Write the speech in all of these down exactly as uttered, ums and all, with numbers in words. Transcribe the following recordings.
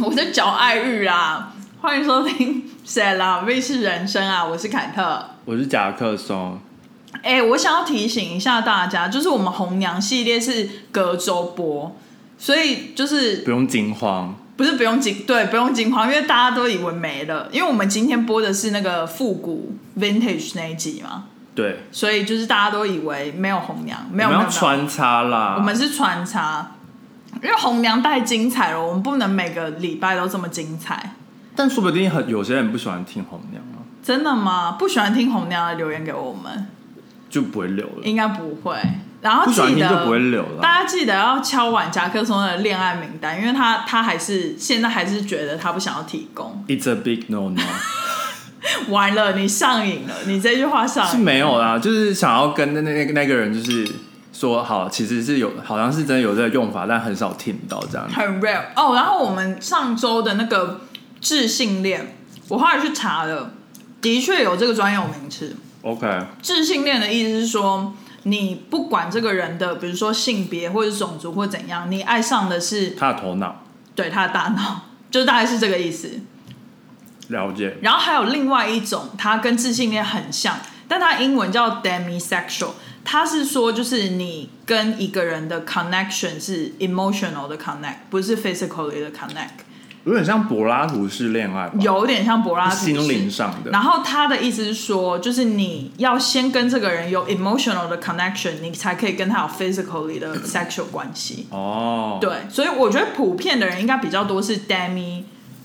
我在找爱玉啊！欢迎收听《谁啦瑞士人生》啊！我是凯特， 我是夹克松。 哎、欸，我想要提醒一下大家，就是我们红娘系列是隔周播，所以就是不用惊慌， 不是不用惊，对，不用惊慌，因为大家都以为没了，因为我们今天播的是那个复古 vintage 那一集嘛， 对， 所以就是大家都以为没有红娘，没有我们没有要穿插啦， 我们是穿插，因为红娘太精彩了，我们不能每个礼拜都这么精彩。 但说不定很有些人不喜欢听红娘啊。 真的吗？不喜欢听红娘的留言给我们， 就不会留了。 应该不会。然后不喜欢听就不会留了。 大家记得要敲完夹克松的恋爱名单，因为他他还是现在还是觉得他不想要提供。 It's a big no no 。 完了，你上瘾了，你这句话上瘾了。 是没有啦，就是想要跟那那那个人就是说好，其实是有，好像是真的有这个用法，但很少听到这样。 很 rare 哦。然后我们上周的那个智性恋，我后来去查了，的确有这个专有名词。 OK， 智性恋的意思是说，你不管这个人的，比如说性别或者种族或怎样，你爱上的是他的头脑， 对他的大脑，就大概是这个意思。 了解。 然后还有另外一种，它跟智性恋很像，但它英文叫 demisexual。它是说，就是你跟一个人的 connection 是 emotional 的 connect， 不是 physically 的 connect。 有点像柏拉图式恋爱吧， 有点像柏拉图式心灵上的。 然后他的意思是说，就是你要先跟这个人有 emotional 的 connection， 你才可以跟他有 physically 的 sexual 关系。 哦， 对，所以我觉得普遍的人应该比较多是 demi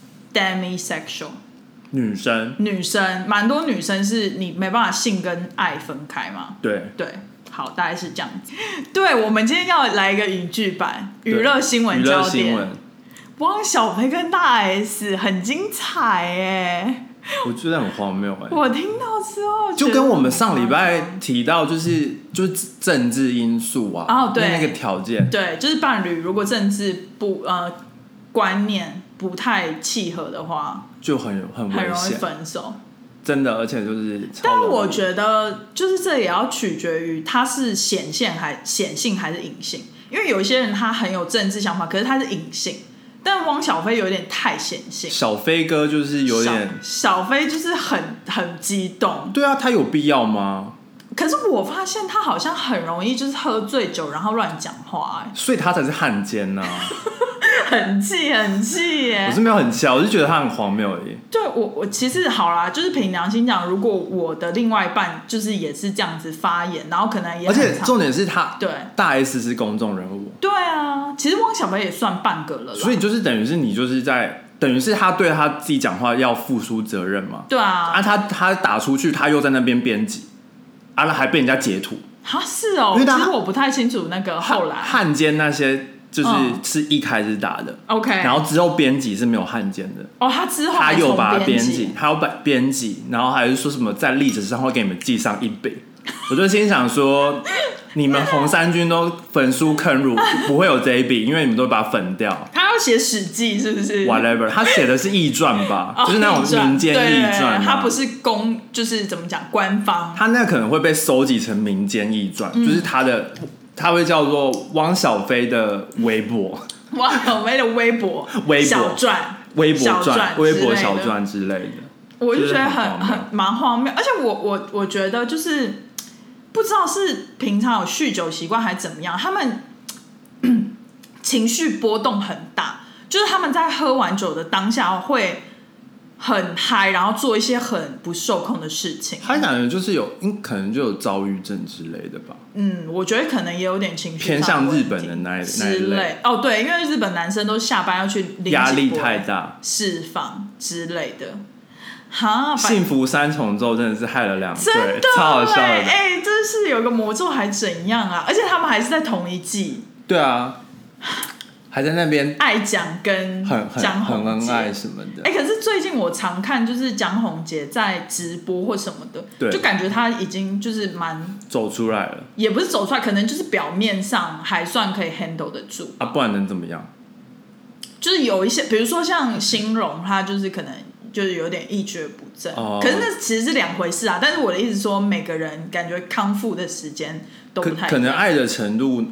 demisexual。 女生， 女生蛮多女生是你没办法性跟爱分开嘛？ 对对，好，大概是这样子。对，我们今天要来一个语句版，娱乐新闻焦点。娱乐新闻。汪小菲跟大 S 很精彩哎， 我觉得很荒谬哎。 我听到之后就跟我们上礼拜提到，就是就是政治因素啊， 哦对， 那个条件， 对，就是伴侣如果政治不呃观念不太契合的话， 就很很危险， 很容易分手。 真的，而且就是超， 但我觉得就是这也要取决于他是显现还显性还是隐性，因为有一些人他很有政治想法，可是他是隐性。但汪小菲有点太显性， 小飞哥就是有点， 小, 小飞就是很很激动。 对啊，他有必要吗？ 可是我发现他好像很容易就是喝醉酒然后乱讲话、欸， 所以他才是汉奸呐、啊， 很气很气耶！ 我是没有很气，我是觉得他很荒谬而已。 对我我其实好啦，就是凭良心讲，如果我的另外一半就是也是这样子发言，然后可能也很而且重点是他对大 S 是公众人物， 对啊，其实汪小菲也算半个了啦， 所以就是等于是你就是在等于是他对他自己讲话要负出责任嘛。 对啊， 啊他他打出去，他又在那边编辑，啊还被人家截图。 啊是哦，其实我不太清楚那个后来汉奸那些。就是、 嗯、 是一开始打的 ，OK， 然后之后编辑是没有汉奸的哦，他之后他有把它编辑，他有把编辑，然后还是说什么在历史上会给你们记上一笔。我就心想说，你们红三军都粉书坑儒，不会有这一笔，因为你们都把它粉掉。 他要写史记是不是 ？Whatever， 他写的是易传吧，哦、就是那种民间易传、啊， 他不是公，就是怎么讲官方。 他那可能会被收集成民间易传、嗯，就是他的。他会叫做汪小菲的微博， 汪小菲的微博， 微博小传， 微博传，微博小传之类的， 我就觉得很很蛮荒谬。而且我我我觉得就是不知道是平常有酗酒习惯还是怎么样，他们情绪波动很大，就是他们在喝完酒的当下会很嗨，然后做一些很不受控的事情。 他感觉就是有，可能就有躁郁症之类的吧。 嗯，我觉得可能也有点情绪偏向日本的那一之类。哦，对，因为日本男生都下班要去压力太大释放之类的。哈， 幸福三重奏真的是害了两对，超好笑的。 哎、欸，这是有个魔咒还怎样啊？而且他们还是在同一季。 对啊。还在那边爱讲跟江宏杰很恩爱什么的， 哎、欸，可是最近我常看就是江宏杰在直播或什么的，就感觉他已经就是蛮走出来了， 也不是走出来，可能就是表面上还算可以 handle 得住啊，不然能怎么样？ 就是有一些，比如说像欣荣，他就是可能就是有点一蹶不振，哦、可是那其实是两回事啊。但是我的意思说，每个人感觉康复的时间都不太一样， 可能爱的程度。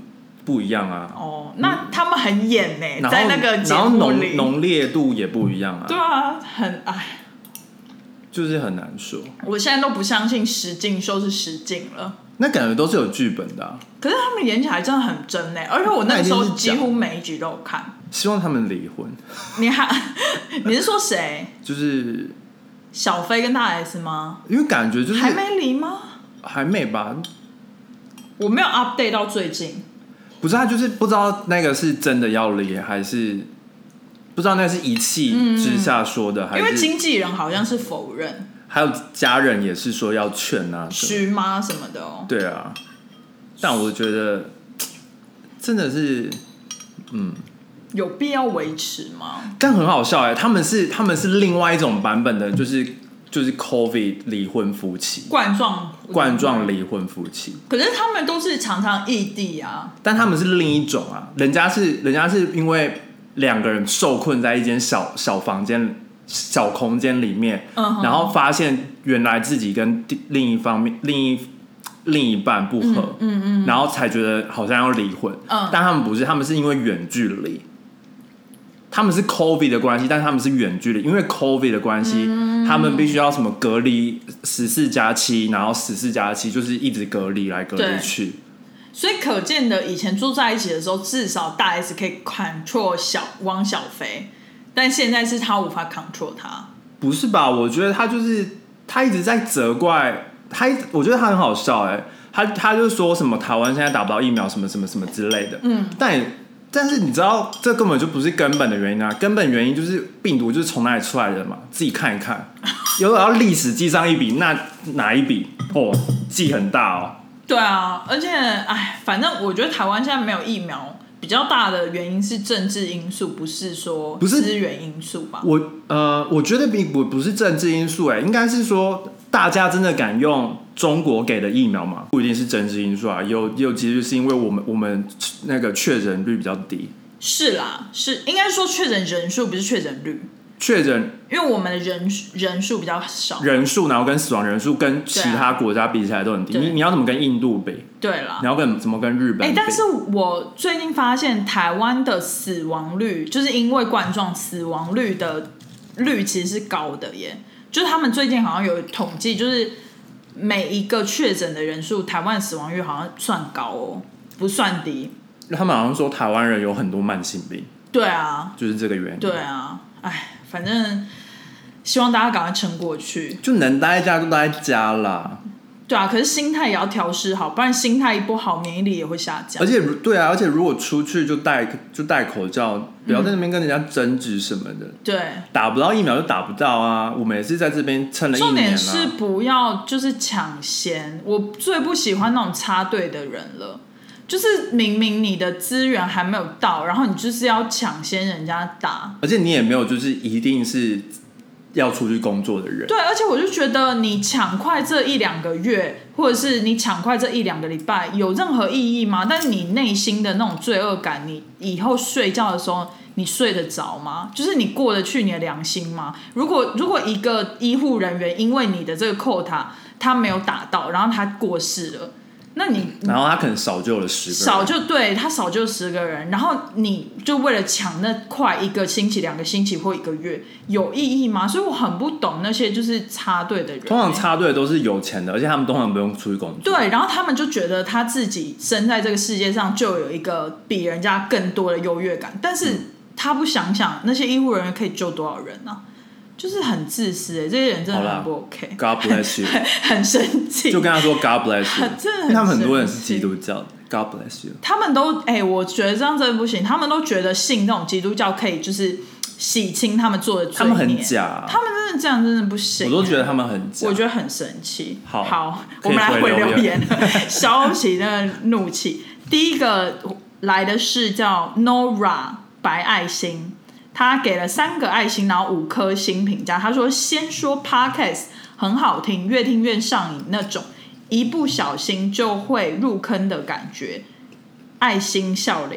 不一样啊。 哦，那他们很演呢、 嗯， 在那个节目里， 然后浓烈度也不一样啊。 对啊，很哎， 就是很难说。 我现在都不相信实境秀是实境了。 那感觉都是有剧本的、啊， 可是他们演起来真的很真呢、欸，而且我那个时候几乎每一集都有看。 希望他们离婚。 你还你是说谁？ 就是小飞跟大 S 吗？ 因为感觉就是还没离吗？ 还没吧。 我没有 update 到最近。 不是，他就是不知道那个是真的要离，还是不知道那是一气之下说的，嗯、还是因为经纪人好像是否认。 还有家人也是说要劝啊， 徐妈什么的哦。 对啊，但我觉得真的是，嗯， 有必要维持吗？ 但很好笑哎、欸，他们是他们是另外一种版本的，就是就是 COVID 离婚夫妻， 冠状冠状离婚夫妻。 可是他们都是常常异地啊， 但他们是另一种啊，人家是人家是因为两个人受困在一间小小房间。小空间里面，嗯、然后发现原来自己跟另一方面、另一另一半不合，嗯嗯嗯、然后才觉得好像要离婚。嗯、但他们不是，他们是因为远距离，他们是 COVID 的关系，但他们是远距离，因为 COVID 的关系，嗯、他们必须要什么隔离十四加七，然后十四加七就是一直隔离来隔离去。 所以可见的，以前住在一起的时候，至少大 S 可以 control 小汪小菲。但现在是他无法 control 他， 不是吧？我觉得他就是他一直在责怪他，我觉得他很好笑哎、欸，他他就说什么台湾现在打不到疫苗，什么什么什么之类的，嗯，但但是你知道这根本就不是根本的原因啊，根本原因就是病毒就是从哪里出来的嘛，自己看一看，有要历史记上一笔，那哪一笔哦，记很大哦。 对啊，而且哎，反正我觉得台湾现在没有疫苗。比较大的原因是政治因素，不是说资源因素吧？ 我呃，我觉得并不不是政治因素、欸，哎，应该是说大家真的敢用中国给的疫苗嘛？不一定是政治因素啊，有有其实是因为我们我们那个确诊率比较低。 是啦，是应该说确诊人数不是确诊率。 确诊， 因为我们的人人数比较少， 人数然后跟死亡人数跟其他国家比起来都很低。你你要怎么跟印度比？ 对啦， 你要跟怎么跟日本比？ 哎、欸，但是我最近发现台湾的死亡率，就是因为冠状死亡率的率其实是高的耶。就是他们最近好像有统计，就是每一个确诊的人数，台湾的死亡率好像算高哦，不算低。 他们好像说台湾人有很多慢性病。 对啊， 就是这个原因。 对啊，哎。反正希望大家赶快撑过去， 就能待在家就待在家啦。 对啊，可是心态也要调试好，不然心态一不好，免疫力也会下降。 而且对啊，而且如果出去就戴就戴口罩，不要在那边跟人家争执什么的。 对， 打不到疫苗就打不到啊。我们也是在这边撑了一年啊。 重点是不要就是抢先，我最不喜欢那种插队的人了。就是明明你的资源还没有到，然后你就是要抢先人家打， 而且你也没有就是一定是要出去工作的人。 对，而且我就觉得你抢快这一两个月，或者是你抢快这一两个礼拜，有任何意义吗？但是你内心的那种罪恶感，你以后睡觉的时候你睡得着吗？就是你过得去你的良心吗？如果如果一个医护人员因为你的这个 quota 他没有打到，然后他过世了。那你然后他可能少救了十个人， 少就对他少救十个人，然后你就为了抢那快一个星期、两个星期或一个月，有意义吗？所以我很不懂那些就是插队的人。 通常插队都是有钱的，而且他们通常不用出去工作。 对，然后他们就觉得他自己生在这个世界上就有一个比人家更多的优越感，但是他不想想那些医护人员可以救多少人啊？就是很自私哎、欸，这些人真的很不 OK。 God bless you， 很, 很生气。 就跟他说 God bless you， 真的很生气。 他们很多人是基督教的 ，God bless you。 他们都哎、欸，我觉得这样真的不行。他们都觉得信那种基督教可以就是洗清他们做的罪孽。 他们很假、啊， 他们真的这样真的不行、欸。 我都觉得他们很假， 我觉得很生气。 好， 好，我们来回留言，消起那个怒气。第一个来的是叫 Nora 白爱心。他给了三个爱心，然后五颗星评价。他说：“先说 Podcast 很好听，越听越上瘾那种，一不小心就会入坑的感觉。”爱心笑脸。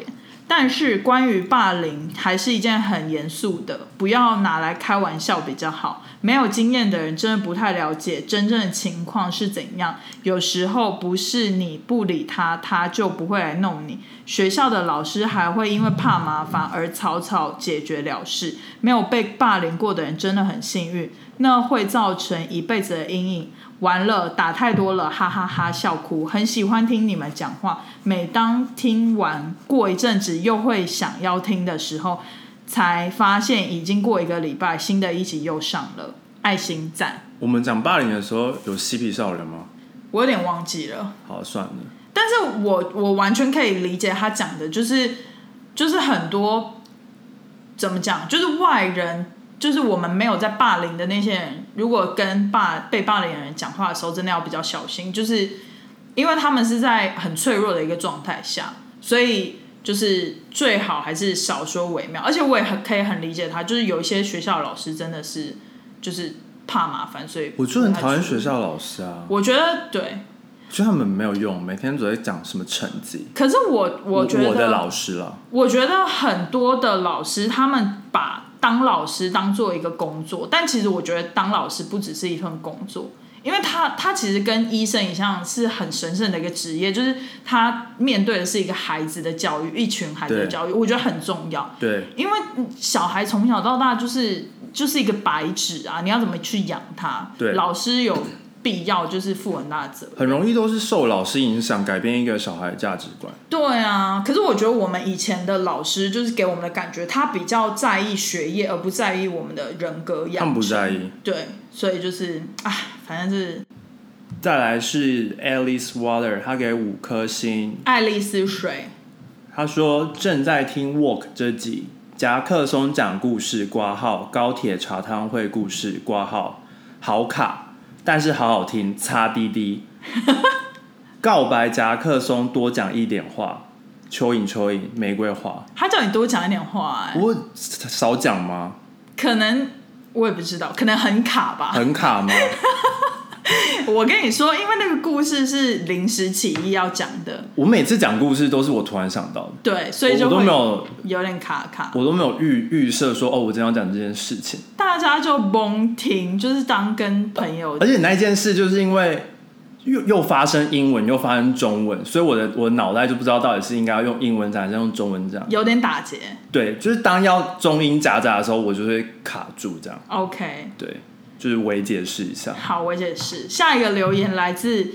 但是关于霸凌还是一件很严肃的，不要拿来开玩笑比较好。没有经验的人真的不太了解真正的情况是怎样，有时候不是你不理他，他就不会来弄你。学校的老师还会因为怕麻烦而草草解决了事。没有被霸凌过的人真的很幸运，那会造成一辈子的阴影。完了，打太多了，哈哈哈哈笑哭。很喜欢听你们讲话，每当听完过一阵子又会想要听的时候，才发现已经过一个礼拜，新的一集又上了，爱心赞。 我们讲霸凌的时候有嬉皮笑脸吗？ 我有点忘记了。 好，算了。 但是我我完全可以理解他讲的，就是就是很多怎么讲，就是外人。就是我们没有在霸凌的那些人，如果跟霸被霸凌的人讲话的时候，真的要比较小心，就是因为他们是在很脆弱的一个状态下，所以就是最好还是少说为妙。而且我也很可以很理解他，就是有一些学校的老师真的是就是怕麻烦，所以我就很讨厌学校老师啊。 我觉得对， 我觉得他们没有用，每天都在讲什么成绩。 可是我我觉得我的老师啦， 我觉得很多的老师他们把当老师当做一个工作，但其实我觉得当老师不只是一份工作，因为他他其实跟医生一样是很神圣的一个职业，就是他面对的是一个孩子的教育，一群孩子的教育，我觉得很重要。 对， 因为小孩从小到大就是就是一个白纸啊，你要怎么去养他？ 对， 老师有必要就是负很大的责任， 很容易都是受老师影响改变一个小孩的价值观。 对啊，可是我觉得我们以前的老师就是给我们的感觉，他比较在意学业，而不在意我们的人格养成。 他们不在意。 对，所以就是啊，反正是。 再来是 Alice Water， 他给五颗星。 爱丽丝水， 他说正在听 Walk 这集，夹克松讲故事挂号，高铁茶汤会故事挂号，好卡，但是好好听，擦滴滴。告白夹克松多讲一点话，蚯蚓蚯蚓玫瑰花。 他叫你多讲一点话、欸， 我少讲吗？ 可能我也不知道，可能很卡吧。 很卡吗？ 我跟你说，因为那个故事是临时起意要讲的。 我每次讲故事都是我突然想到的， 对，所以就我都没有有点卡卡， 我都没有预预设说哦，我真要讲这件事情， 大家就懵听，就是当跟朋友。 而且那一件事就是因为又又发生英文又发生中文，所以我的我的脑袋就不知道到底是应该要用英文讲还是用中文讲， 有点打结。 对，就是当要中英夹杂的时候，我就会卡住这样。 OK， 对。就是微解释一下。 好，微解释。下一个留言来自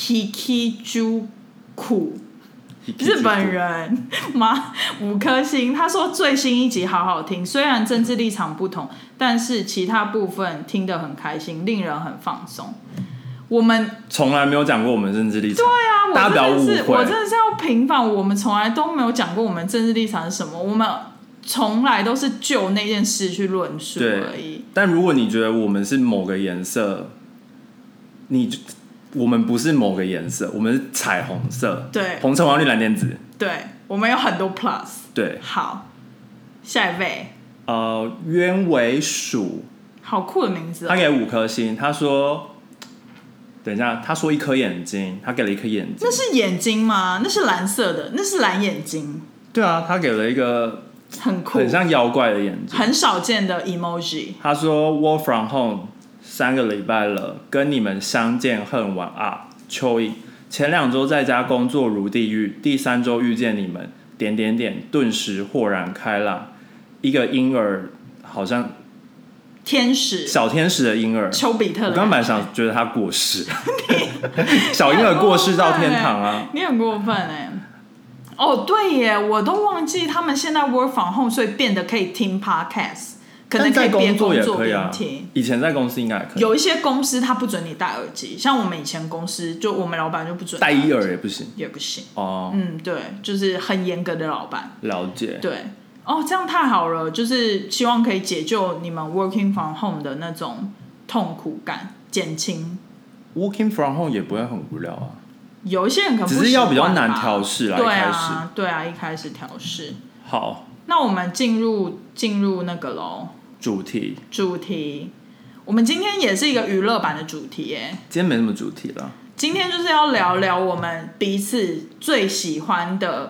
Hikijuku 日本人吗？五颗星。他说最新一集好好听，虽然政治立场不同，但是其他部分听得很开心，令人很放松。我们从来没有讲过我们政治立场。 对啊， 大家不要误会。 我真的是要平反，我们从来都没有讲过我们政治立场是什么。我们从来都是就那件事去论述而已。 但如果你觉得我们是某个颜色，你我们不是某个颜色，我们是彩虹色。 对， 红橙黄绿蓝靛紫。 对，我们有很多 plus。 对， 好，下一位。 呃，鸢尾鼠， 好酷的名字、哦。 他给五颗星，他说，等一下，他说一颗眼睛，他给了一颗眼睛。 那是眼睛吗？那是蓝色的，那是蓝眼睛。 对啊，他给了一个。 很酷， 很像妖怪的眼睛， 很少见的 emoji。 他说 ：“Work from home 三个礼拜了，跟你们相见恨晚啊，蚯蚓。前两周在家工作如地狱，第三周遇见你们，点点点，顿时豁然开朗。一个婴儿，好像天使， 小天使的婴儿， 丘比特的。 我刚本来想觉得他过世，小婴儿过世到天堂啊， 你很過分哎。”哦，对耶，我都忘记他们现在 work from home， 所以变得可以听 podcast， 可能可以边工作边听。 啊、以前在公司应该可以。 有一些公司他不准你戴耳机，像我们以前公司，就我们老板就不准戴一耳也不行， 也不行。 哦， 嗯，对，就是很严格的老板。 了解。 对，哦，这样太好了，就是希望可以解救你们 working from home 的那种痛苦感，减轻。 working from home 也不会很无聊啊。 有一些人可能不只是要比较难调试啦， 对啊， 一开始对啊，一开始调试。 好， 那我们进入进入那个咯， 主题。 主题，我们今天也是一个娱乐版的主题耶。 今天没什么主题了。 今天就是要聊聊我们彼此最喜欢的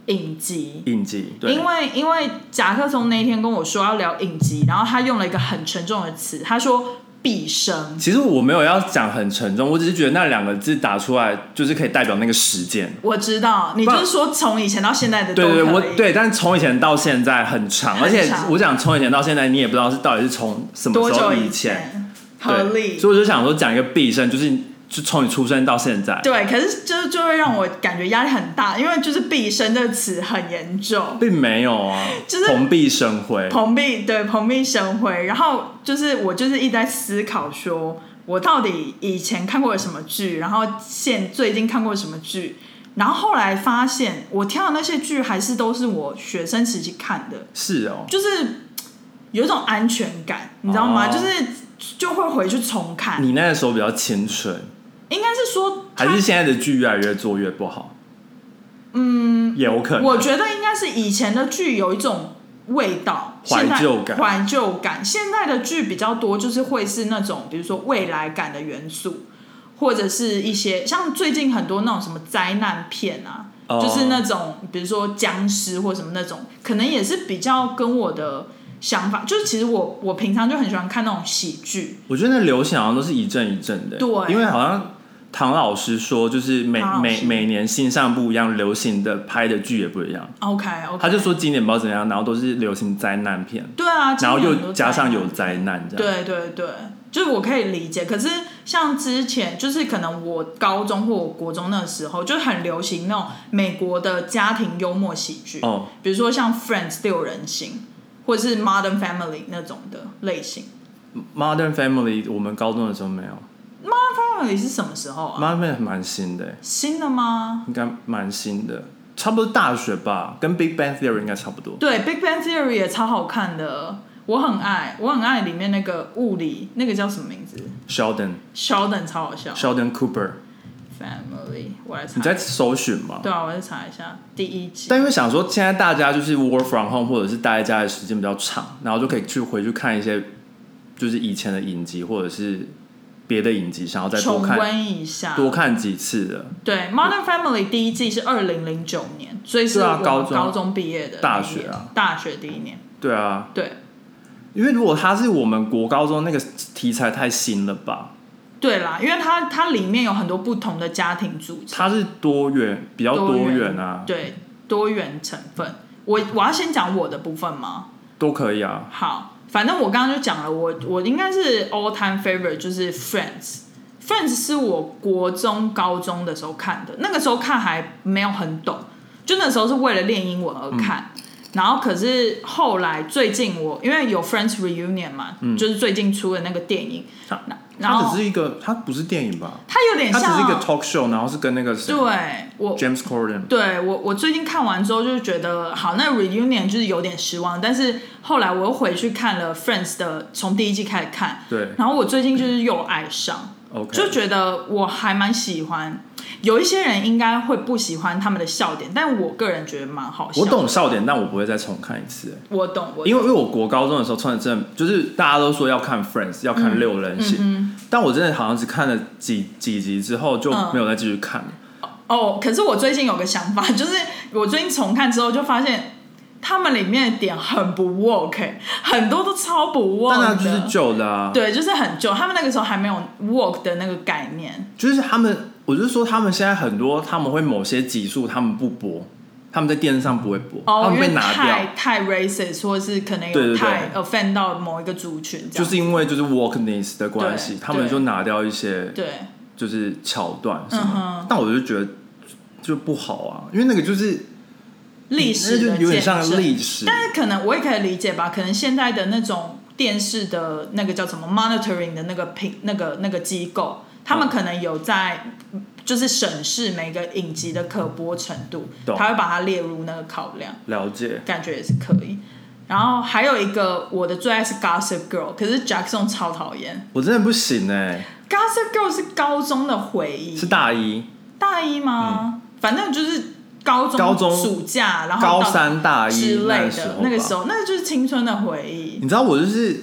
影集， 影集，对， 因为因为甲克松那一天跟我说要聊影集，然后他用了一个很沉重的词，他说毕生。 其实我没有要讲很沉重，我只是觉得那两个字打出来就是可以代表那个时间。 我知道，你就是说从以前到现在的都可以。 对对，我对，但是从以前到现在很长， 很长， 而且我讲从以前到现在，你也不知道是到底是从什么时候以前， 合理。 所以我就想说讲一个毕生，就是就从你出生到现在。 对，可是就就会让我感觉压力很大，因为就是毕生这个词很严重。 并没有啊， 就是蓬荜生辉， 蓬荜对蓬荜生辉。然后就是我就是一直在思考说，我到底以前看过什么剧，然后现最近看过什么剧，然后后来发现我挑的那些剧还是都是我学生时期看的。 是哦， 就是有一种安全感，你知道吗？哦、就是就会回去重看。 你那个时候比较清纯。 应该是说， 还是现在的剧越来越做越不好？嗯，也有可能。 我觉得应该是以前的剧有一种味道， 怀旧感， 怀旧感。现在的剧比较多，就是会是那种，比如说未来感的元素，或者是一些像最近很多那种什么灾难片啊，哦、就是那种比如说僵尸或什么那种，可能也是比较跟我的想法，就是其实我我平常就很喜欢看那种喜剧。 我觉得那流行好像都是一阵一阵的， 对， 因为好像。唐老师说，就是每每每年新上不一样，流行的拍的剧也不一样。 OK OK， 他就说今年不知道怎样，然后都是流行灾难片。 对啊， 然后又加上有灾难这样。 对对对，就是我可以理解。可是像之前，就是可能我高中或我国中那时候，就很流行那种美国的家庭幽默喜剧，哦，比如说像 Friends 六人行，或者是 Modern Family 那种的类型。 Modern Family 我们高中的时候没有。 Modern Family 是什么时候啊 ？Modern Family 蛮新的， 新的吗？ 应该蛮新的，差不多大学吧，跟 Big Bang Theory 应该差不多。 对 ，Big Bang Theory 也超好看的，我很爱，我很爱里面那个物理，那个叫什么名字 ？Sheldon。Sheldon 超好笑。 Sheldon Cooper。Family， 我来查。 你在搜寻吗？ 对啊，我在查一下第一集。 但因为想说，现在大家就是 work from home 或者是待在家的时间比较长，然后就可以去回去看一些就是以前的影集或者是。别的影集，想要再多看重温一下， 多看几次的。 对，《Modern Family》第一季是二零零九年，所以是我高中高中毕业的大学啊， 大学第一年。 对啊， 对， 因为如果它是我们国高中那个题材太新了吧？ 对啦，因为它它里面有很多不同的家庭组成， 它是多元，比较多元啊， 对，多元成分。我我要先讲我的部分吗？ 都可以啊。 好。反正我刚刚就讲了，我我应该是 all time favorite 就是 Friends。Friends 是我国中高中的时候看的，那个时候看还没有很懂，就那时候是为了练英文而看。嗯、然后可是后来最近我因为有 Friends Reunion 嘛，嗯、就是最近出的那个电影。 它只是一个，它不是电影吧？ 它有点像， 它只是一个 talk show， 然后是跟那个谁， 对我 James Corden。 对我，我最近看完之后就是觉得，好，那 reunion 就是有点失望，但是后来我又回去看了 Friends 的，从第一季开始看， 对， 然后我最近就是又爱上， okay. 就觉得我还蛮喜欢。有一些人应该会不喜欢他们的笑点，但我个人觉得蛮好笑的。 我懂笑点，但我不会再重看一次。 我懂，我懂因为因为我国高中的时候，真的真的就是大家都说要看 Friends， 要看六人行，嗯嗯、但我真的好像只看了几几集之后就没有再继续看了。 嗯、哦，可是我最近有个想法，就是我最近重看之后就发现。他们里面的点很不 work，、欸、很多都超不 work 的。 但它就是旧的啊。 对，就是很旧。他们那个时候还没有 work 的那个概念。 就是他们，我就是说，他们现在很多他们会某些集数他们不播，他们在电视上不会播， 哦、 他们被拿掉。 太太 racist， 或是可能有太 offend 到某一个族群， 就是因为就是 wokeness 的关系，他们就拿掉一些， 对， 就是桥段什么。嗯、但我就觉得就不好啊，因为那个就是。 历史的见证， 有点像历史， 但是可能我也可以理解吧。可能现在的那种电视的那个叫什么 monitoring 的那个评那个那个机构，他们可能有在就是审视每个影集的可播程度，他会把它列入那个考量。 了解， 感觉也是可以。然后还有一个我的最爱是 Gossip Girl， 可是 Jackson 超讨厌， 我真的不行哎、欸。 Gossip Girl 是高中的回忆， 是大一， 大一吗？嗯、反正就是。高中高中暑假，然后高三大一之类的， 那个时候，那个时候，那个就是青春的回忆。 你知道我就是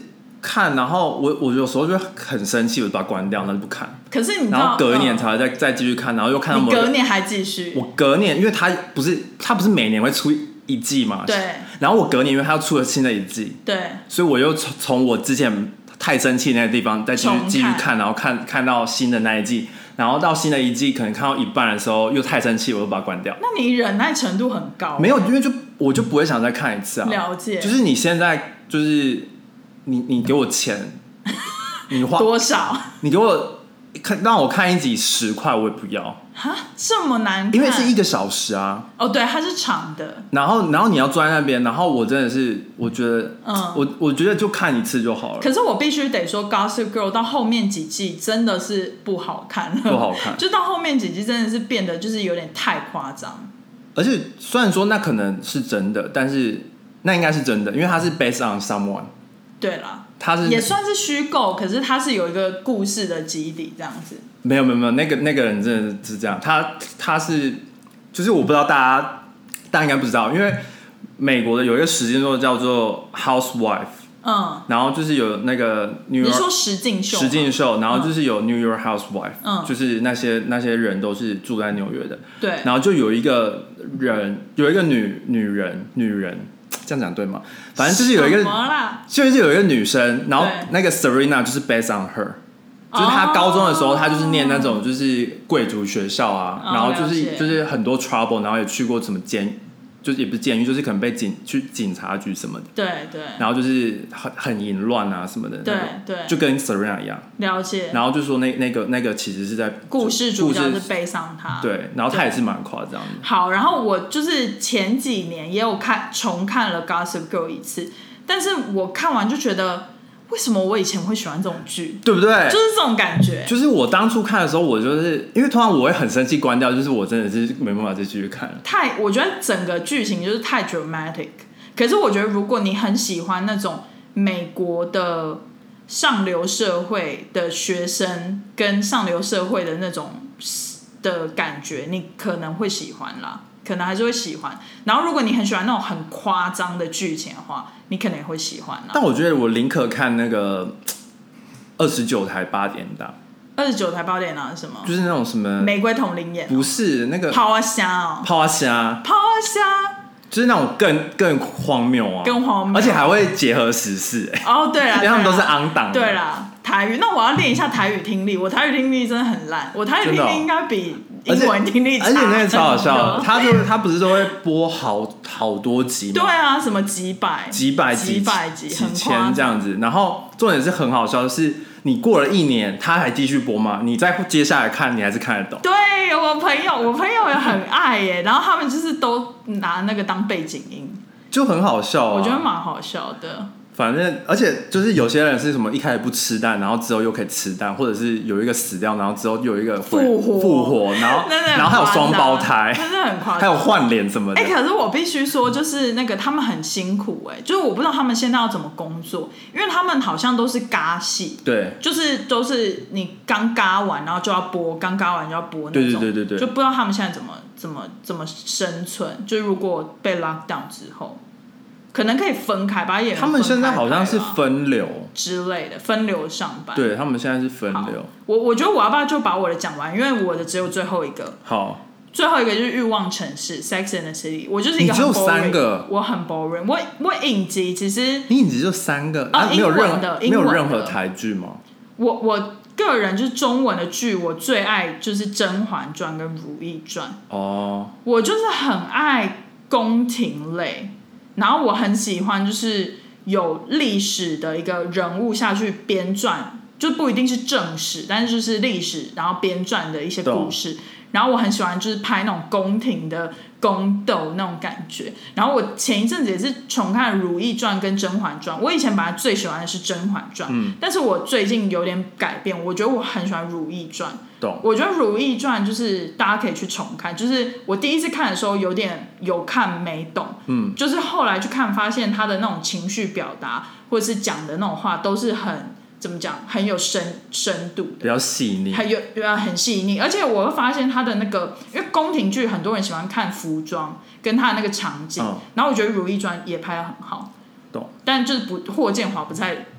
看，然后我我有时候就很生气，我就把它关掉，那就不看。 可是你知道， 然后隔一年才会再、嗯、再继续看，然后又看到你隔年还继续。 我隔年，因为它不是它不是每年会出一季嘛？ 对。 然后我隔年，因为它要出了新的一季， 对， 所以我又从从我之前太生气那个地方再继续继续看，然后看看到新的那一季，然后到新的一季可能看到一半的时候又太生气，我就把它关掉。 那你忍耐程度很高。 没有，因为就我就不会想再看一次啊。 了解。 就是你现在就是你你给我钱，你花多少？ 你给我看让我看一集十块，我也不要。 哈，这么难看？ 因为是一个小时啊。 哦，对，它是长的。 然后，然后你要坐在那边，然后我真的是，我觉得， 嗯， 我我觉得就看一次就好了。 可是我必须得说，《Gossip Girl》到后面几季真的是不好看了， 不好看。 就到后面几季真的是变得就是有点太夸张。 而且虽然说那可能是真的，但是那应该是真的，因为它是 based on someone。 对啦。 它是也算是虚构，可是它是有一个故事的基底这样子。 没有没有没有，那个那个人真的是这样，他他是就是我不知道大家大家应该不知道，因为美国的有一个实境秀叫做 Housewife， 嗯， 然后就是有那个 New York， 你说实境秀， 实境秀，然后就是有 New York Housewife， 嗯， 就是那些那些人都是住在纽约的， 对， 然后就有一个人有一个女女人女人。这样讲对吗？反正就是有一个，就是有一个女生，然后那个 Serena 就是 based on her， 就是她高中的时候，她就是念那种就是贵族学校啊， 哦、 然后就是就是很多 trouble， 然后也去过什么监，就是也不是监狱，就是可能被警去警察局什么的， 对对， 然后就是很很淫乱啊什么的， 对对， 就跟 Serena 一样， 了解。 然后就说那那个那个其实是在故事主角是悲伤他， 对，然后他也是蛮夸张的。 好，然后我就是前几年也有看重看了 Gossip Girl 一次，但是我看完就觉得。为什么我以前会喜欢这种剧，对不对？就是这种感觉。 就是我当初看的时候，我就是因为通常我会很生气关掉，就是我真的是没办法再继续看了。 太，我觉得整个剧情就是太 dramatic。可是我觉得如果你很喜欢那种美国的上流社会的学生跟上流社会的那种的感觉，你可能会喜欢啦。可能还是会喜欢，然后如果你很喜欢那种很夸张的剧情的话，你可能也会喜欢啦。 但我觉得我宁可看那个二十九台八点档。 二十九台八点档是什么？ 就是那种什么玫瑰同龄眼、喔， 不是那个泡啊虾哦， 泡啊虾， 泡啊虾， 就是那种更更荒谬啊， 更荒谬， 而且还会结合时事、欸。 哦，对啦， 因为他们都是昂档。 对啦，台语，那我要练一下台语听力。我台语听力真的很烂，我台语听力应该比英文听力差。 而且那个超好笑，他就他不是都会播好好多集吗？ 对啊，什么几百、 几百集、 几百集、 几千这样子。然后重点是很好笑的是，你过了一年，他还继续播吗？你再接下来看，你还是看得懂。 对，我朋友，我朋友也很爱耶，然后他们就是都拿那个当背景音， 就很好笑啊。 我觉得蛮好笑的。 反正，而且就是有些人是什么一开始不吃蛋，然后之后又可以吃蛋，或者是有一个死掉，然后之后有一个复活， 复活，然后然后还有双胞胎， 真的很夸张， 还有换脸什么的。 哎、欸，可是我必须说，就是那个他们很辛苦哎、欸，就是我不知道他们现在要怎么工作，因为他们好像都是嘎戏， 对， 就是都是你刚嘎完，然后就要播，刚嘎完就要播那种， 对对对对对， 就不知道他们现在怎么怎么怎么生存，就如果被 lock down 之后。可能可以分开，把演员分开拍。他们现在好像是分流之类的，分流上班。 对，他们现在是分流。 我我觉得我要不要就把我的讲完，因为我的只有最后一个。 好， 最后一个就是《欲望城市》（Sex and the City）。我就是一个很 boring， 你只有三个， 我很 boring。我我影集其实你影集就三个啊， 没有任何没有任何台剧吗？ 我我个人就是中文的剧，我最爱就是《甄嬛传》跟《如懿传》。哦，我就是很爱宫廷类。然后我很喜欢，就是有历史的一个人物下去编撰，就不一定是正史，但是就是历史，然后编撰的一些故事。然后我很喜欢，就是拍那种宫廷的宫斗那种感觉。然后我前一阵子也是重看《如懿传》跟《甄嬛传》。我以前本来最喜欢的是《甄嬛传》，嗯，但是我最近有点改变，我觉得我很喜欢《如懿传》。我觉得《如懿传》就是大家可以去重看，就是我第一次看的时候有点有看没懂，嗯，就是后来去看发现他的那种情绪表达或者是讲的那种话都是很怎么讲，很有深深度的， 比较细腻， 很有很细腻。而且我会发现他的那个，因为宫廷剧很多人喜欢看服装跟他的那个场景，嗯，然后我觉得《如懿传》也拍得很好，懂，但就是不霍建华不在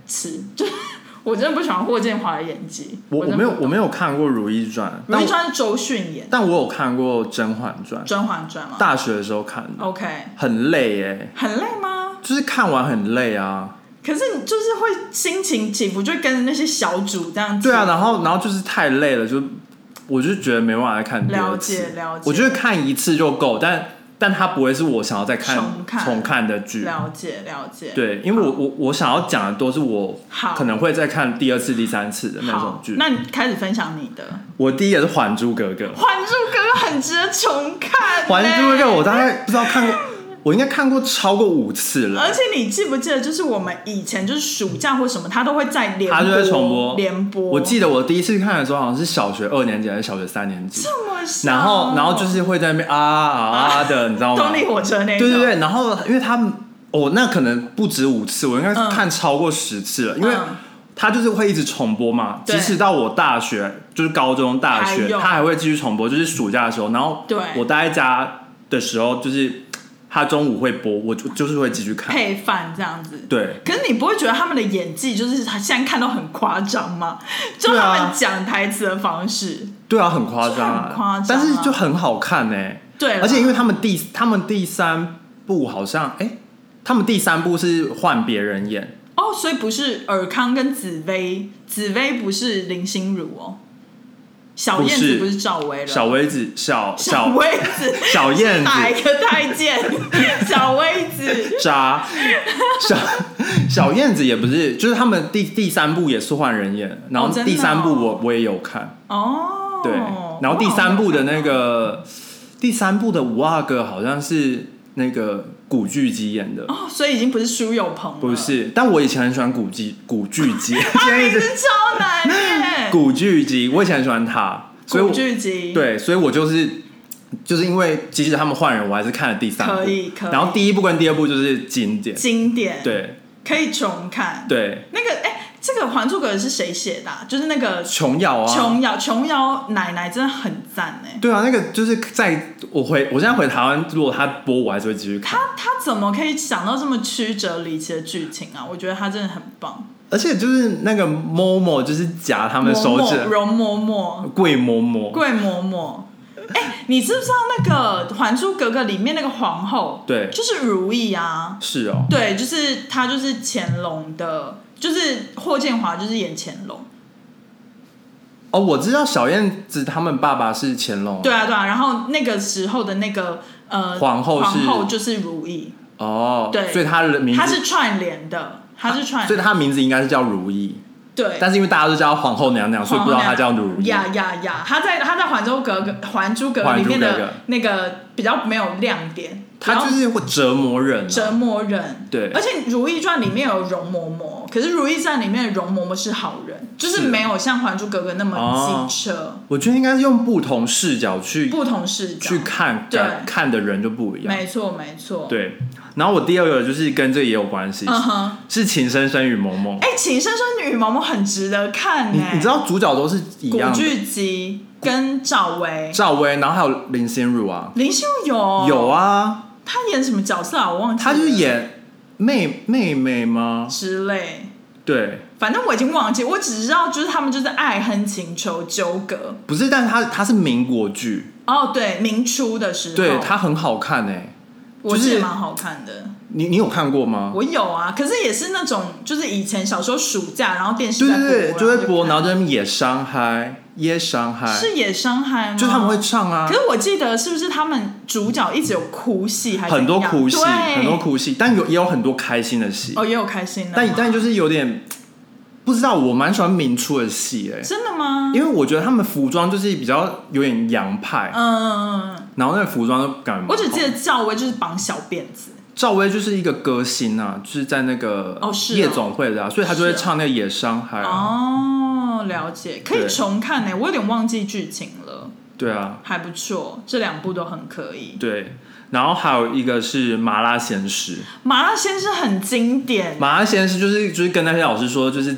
吃，就我真的不喜欢霍建华的演技。 我我没有我没有看过《如懿传》， 《如懿传》是周迅演， 但我有看过《甄嬛传》。 甄嬛传吗？ 大学的时候看的。 OK， 很累耶。 很累吗？ 就是看完很累啊。 可是你就是会心情起伏，就跟着那些小主这样子。 对啊，然后然后就是太累了，就我就觉得没办法再看第二次。 了解了解。 我觉得看一次就够，但但它不会是我想要再看重看重看的剧。 了解了解。 对，因为我我我想要讲的都是我可能会再看第二次、第三次的那种剧。 那你开始分享你的。 我第一个是《还珠格格》。《 还珠格格》很值得重看、欸。 《还珠格格》我大概不知道看过。我应该看过超过五次了。 而且你记不记得，就是我们以前就是暑假或什么，他都会在连播， 他就会重播连播。 我记得我第一次看的时候，好像是小学二年级还是小学三年级， 这么小。 然后，然后就是会在那边啊啊啊的，你知道吗？ 动力火车那种。 对对对，然后因为他们，哦，那可能不止五次，我应该看超过十次了，嗯、因为他就是会一直重播嘛，即使到我大学，就是高中、大学，他还会继续重播，就是暑假的时候，然后我待在家的时候，就是。他中午会播，我就就是会继续看配饭这样子。 对， 可是你不会觉得他们的演技就是他现在看都很夸张吗？就他们讲台词的方式， 对啊，很夸张、啊， 很夸张、啊， 但是就很好看呢、欸。 对， 而且因为他们第他们第三部好像，哎、欸，他们第三部是换别人演哦，所以不是尔康跟紫薇，紫薇不是林心如哦。小燕子不是赵薇了， 小薇子小小薇子小燕子哪一个太监？小薇子渣小小燕子也不是，就是他们第第三部也是换人演，然后第三部我、哦、我也有看哦， 对，然后第三部的那个第三部的五阿哥好像是那个古巨基演的哦，所以已经不是苏有朋了， 不是，但我以前很喜欢古巨古巨基， 他名字超难耶， 古巨基，我以前很喜欢他，所以古巨基对，所以我就是就是因为即使他们换人，我还是看了第三部， 可以可以， 然后第一部跟第二部就是经典， 经典， 对， 可以重看， 对， 那个哎。欸这个《还珠格格》是谁写的、啊？就是那个琼瑶啊， 琼瑶，琼瑶奶奶真的很赞哎。 对啊，那个就是在我回，我现在回台湾，如果他播，我还是会继续看。 他他怎么可以想到这么曲折离奇的剧情啊？我觉得他真的很棒。 而且就是那个嬷嬷，就是夹他们的手指， 容嬷嬷， 桂嬷嬷， 桂嬷嬷。哎、欸，你知不知道那个《还珠格格》里面那个皇后， 对， 就是如懿啊？ 是哦， 对，就是她，就是乾隆的。就是霍建华就是演乾隆哦，我知道小燕子他们爸爸是乾隆， 对啊对啊，然后那个时候的那个呃皇后是皇后就是如懿哦， 对， 所以她的名字她是串联的，她是串联， 所以她的名字应该是叫如懿， 对， 但是因为大家都叫皇后娘娘，所以不知道她叫如懿。 呀呀呀！她在她在《还珠格格》《还珠格格》里面的那个比较没有亮点。 他就是会折磨人、啊， 折磨人。 对， 而且《如懿传》里面有容嬷嬷，可是《如懿传》里面的容嬷嬷是好人，就是没有像《还珠格格》那么机车、哦。 我觉得应该是用不同视角去不同视角去看，对，看的人就不一样。 没错，没错。 对，然后我第二个就是跟这个也有关系，嗯哼，是《情深深雨蒙蒙》。 哎，《情深深雨蒙蒙》很值得看哎、欸。 你知道主角都是一样的， 古巨基跟赵薇， 赵薇，然后还有林心如啊， 林心如有有啊。 他演什么角色啊？我忘记了。 他就是演妹妹妹吗？ 之类。 对， 反正我已经忘记，我只知道就是他们就是爱恨情仇纠葛。 不是，但是他他是民国剧哦，对，明初的时候， 对他很好看哎、欸， 我记得蛮好看的。 你你有看过吗？ 我有啊，可是也是那种就是以前小时候暑假，然后电视在播， 对对对，就会播，然后在那边野伤害。野伤害是野伤害吗？ 就他们会唱啊。 可是我记得是不是他们主角一直有哭戏，还是很多哭戏，很多哭戏，但有也有很多开心的戏。 哦，也有开心的。 但但就是有点不知道，我蛮喜欢明初的戏哎、欸。 真的吗？ 因为我觉得他们服装就是比较有点洋派，嗯嗯嗯。 然后那个服装就感觉， 我只记得赵薇就是绑小辫子。 赵薇就是一个歌星啊，就是在那个夜总会的啊，哦、所以他就会唱那个《野伤害》啊。 哦，了解，可以重看呢、欸，我有点忘记剧情了。 对啊， 还不错，这两部都很可以。 对，然后还有一个是《麻辣鲜师》， 麻辣鲜师很经典。 麻辣鲜师就是就是跟那些老师说，就是这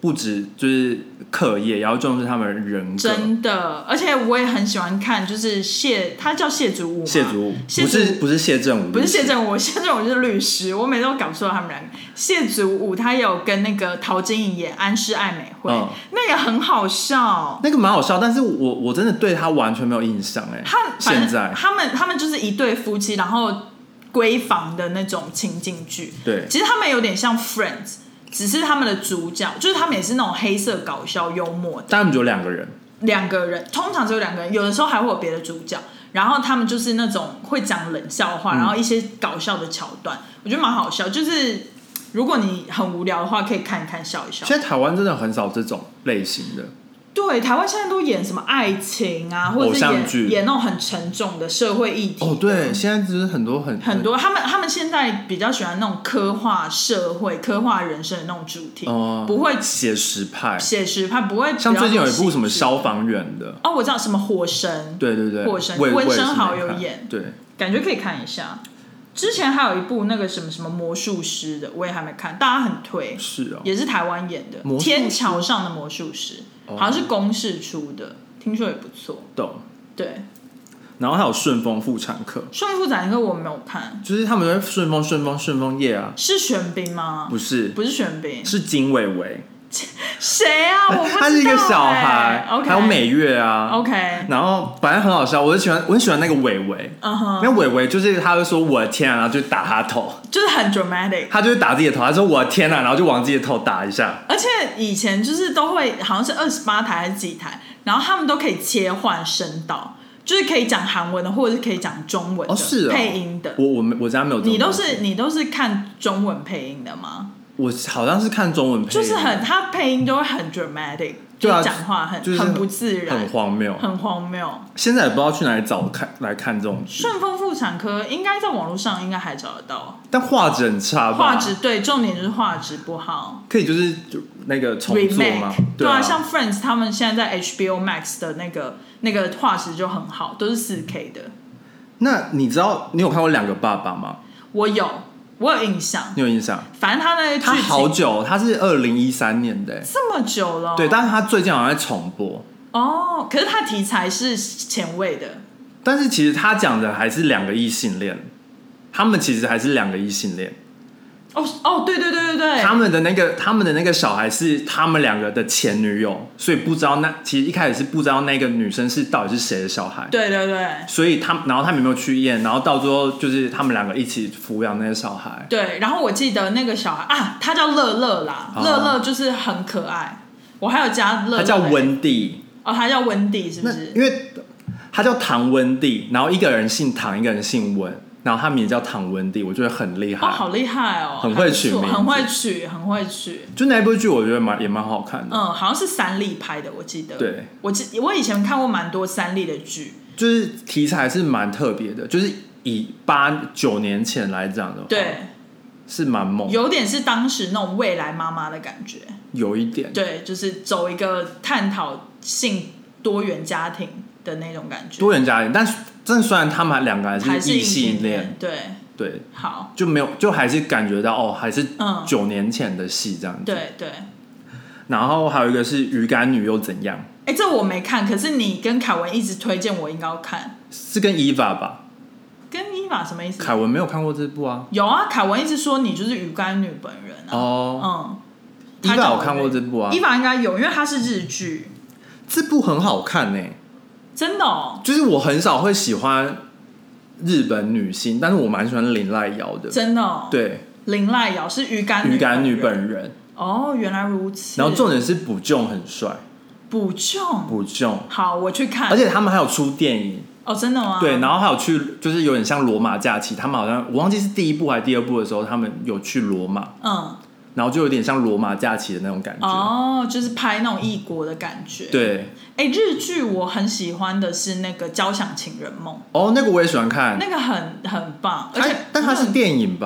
不止就是课业，也要重视他们的人格。 真的，而且我也很喜欢看，就是谢，他叫谢祖武， 谢祖武不是不是谢振武， 不是谢振武，谢振武就是律师，我每次都搞错了他们两个。谢祖武他有跟那个陶晶莹演安室爱美惠，嗯、那个很好笑， 那个蛮好笑，但是我我真的对他完全没有印象哎。 他现在他们他们就是一对夫妻，然后闺房的那种情境剧， 对， 其实他们有点像 Friends。只是他们的主角，就是他们也是那种黑色搞笑幽默的， 但他们只有两个人， 两个人，通常只有两个人，有的时候还会有别的主角，然后他们就是那种会讲冷笑话，嗯、然后一些搞笑的桥段，我觉得蛮好笑。就是如果你很无聊的话，可以看一看笑一笑。 现在台湾真的很少这种类型的。 对，台湾现在都演什么爱情啊，或者是演演那种很沉重的社会议题。 哦，对，现在就是很多很很多，他们他们现在比较喜欢那种刻画社会、刻画人生的那种主题，哦、不会写实派， 写实派不会。 像最近有一部什么消防员的， 哦，我知道什么火神， 对对对， 火神温升豪有演， 对， 感觉可以看一下。之前还有一部那个什么什么魔术师的，我也还没看，大家很推， 是哦， 也是台湾演的《天桥上的魔术师》。好像是公视出的，听说也不错。 懂。 对。 然后还有顺丰妇产科。 顺丰妇产科我没有看。 就是他们在顺丰顺丰顺丰夜啊。 是玄彬吗？ 不是， 不是玄彬， 是金伟伟。 谁啊？我不知道、欸。 他是一个小孩， okay, 还有美月啊。 OK。 然后反正很好笑，我很喜欢，我很喜欢那个伟伟。嗯哼。那伟伟就是他会说我的天啊，然后就打他头， 就是很 dramatic。 他就会打自己的头，他说我的天啊，然后就往自己的头打一下。 而且以前就是都会，好像是二十八台还是几台，然后他们都可以切换声道。就是可以讲韩文的，或者是可以讲中文的、哦是哦、配音的。 我我我家没有这种。 你都是你都是看中文配音的吗？ 我好像是看中文配音， 就是很他配音都会很 dramatic， 对啊， 就讲话很、 就是、 很不自然， 很荒谬， 很荒谬。 现在也不知道去哪里找看来看这种剧。 顺丰妇产科应该在网络上应该还找得到， 但画质很差吧？ 画质对，重点就是画质不好。 可以就是就那个重做吗？ 对啊，像 Friends 他们现在在 H B O Max 的那个那个画质就很好，都是 四 K 的。 那你知道你有看过两个爸爸吗？ 我有。我有印象， 你有印象？ 反正他那个剧情， 他好久，他是二零一三年的， 这么久了。 对，但是他最近好像在重播。 哦，可是他题材是前卫的。 但是其实他讲的还是两个异性恋，他们其实还是两个异性恋。 哦哦，对对对对对， 他们的那个他们的那个小孩是他们两个的前女友，所以不知道那其实一开始是不知道那个女生是到底是谁的小孩。 对对对， 所以他然后他们有没有去验，然后到最后就是他们两个一起抚养那个小孩。 对，然后我记得那个小孩啊，他叫乐乐啦，乐、哦、乐就是很可爱。我还有加乐乐， 他叫温蒂。 哦，他叫温蒂是不是？ 因为他叫唐温蒂，然后一个人姓唐，一个人姓温。然后他们也叫唐温蒂，我觉得很厉害， 哦，好厉害哦， 很会取名字， 很会取，很会取。 就那部剧，我觉得蛮也蛮好看的。 嗯，好像是三立拍的，我记得。 对， 我记我以前看过蛮多三立的剧， 就是题材是蛮特别的，就是以八九年前来讲的话， 对， 是蛮猛， 有点是当时那种未来妈妈的感觉， 有一点， 对，就是走一个探讨性多元家庭的那种感觉， 多元家庭，但是。但虽然他们两个还是异性恋， 对对， 好， 就没有，就还是感觉到哦，还是九年前的戏这样子。 对对。 然后还有一个是《鱼干女又怎样》， 哎、欸，这我没看，可是你跟凯文一直推荐我应该要看， 是跟伊娃吧？ 跟伊娃什么意思？ 凯文没有看过这部啊？ 有啊，凯文一直说你就是鱼干女本人啊。哦，嗯， 伊娃有看过这部啊？ 伊娃应该有，因为它是日剧， 这部很好看呢、欸。 真的哦， 就是我很少会喜欢日本女星，但是我蛮喜欢林濑遥的。 真的哦， 对， 林濑遥是鱼干鱼干女本人。 哦，原来如此。 然后重点是卜炯很帅， 卜炯， 卜炯， 好，我去看。 而且他们还有出电影哦，真的吗？ 对，然后还有去，就是有点像罗马假期，他们好像我忘记是第一部还是第二部的时候，他们有去罗马。嗯。然后就有点像罗马假期的那种感觉哦，就是拍那种异国的感觉。 对， 哎，日剧我很喜欢的是那个《交响情人梦》。 哦，那个我也喜欢看， 那个很很棒，而且但它是电影吧？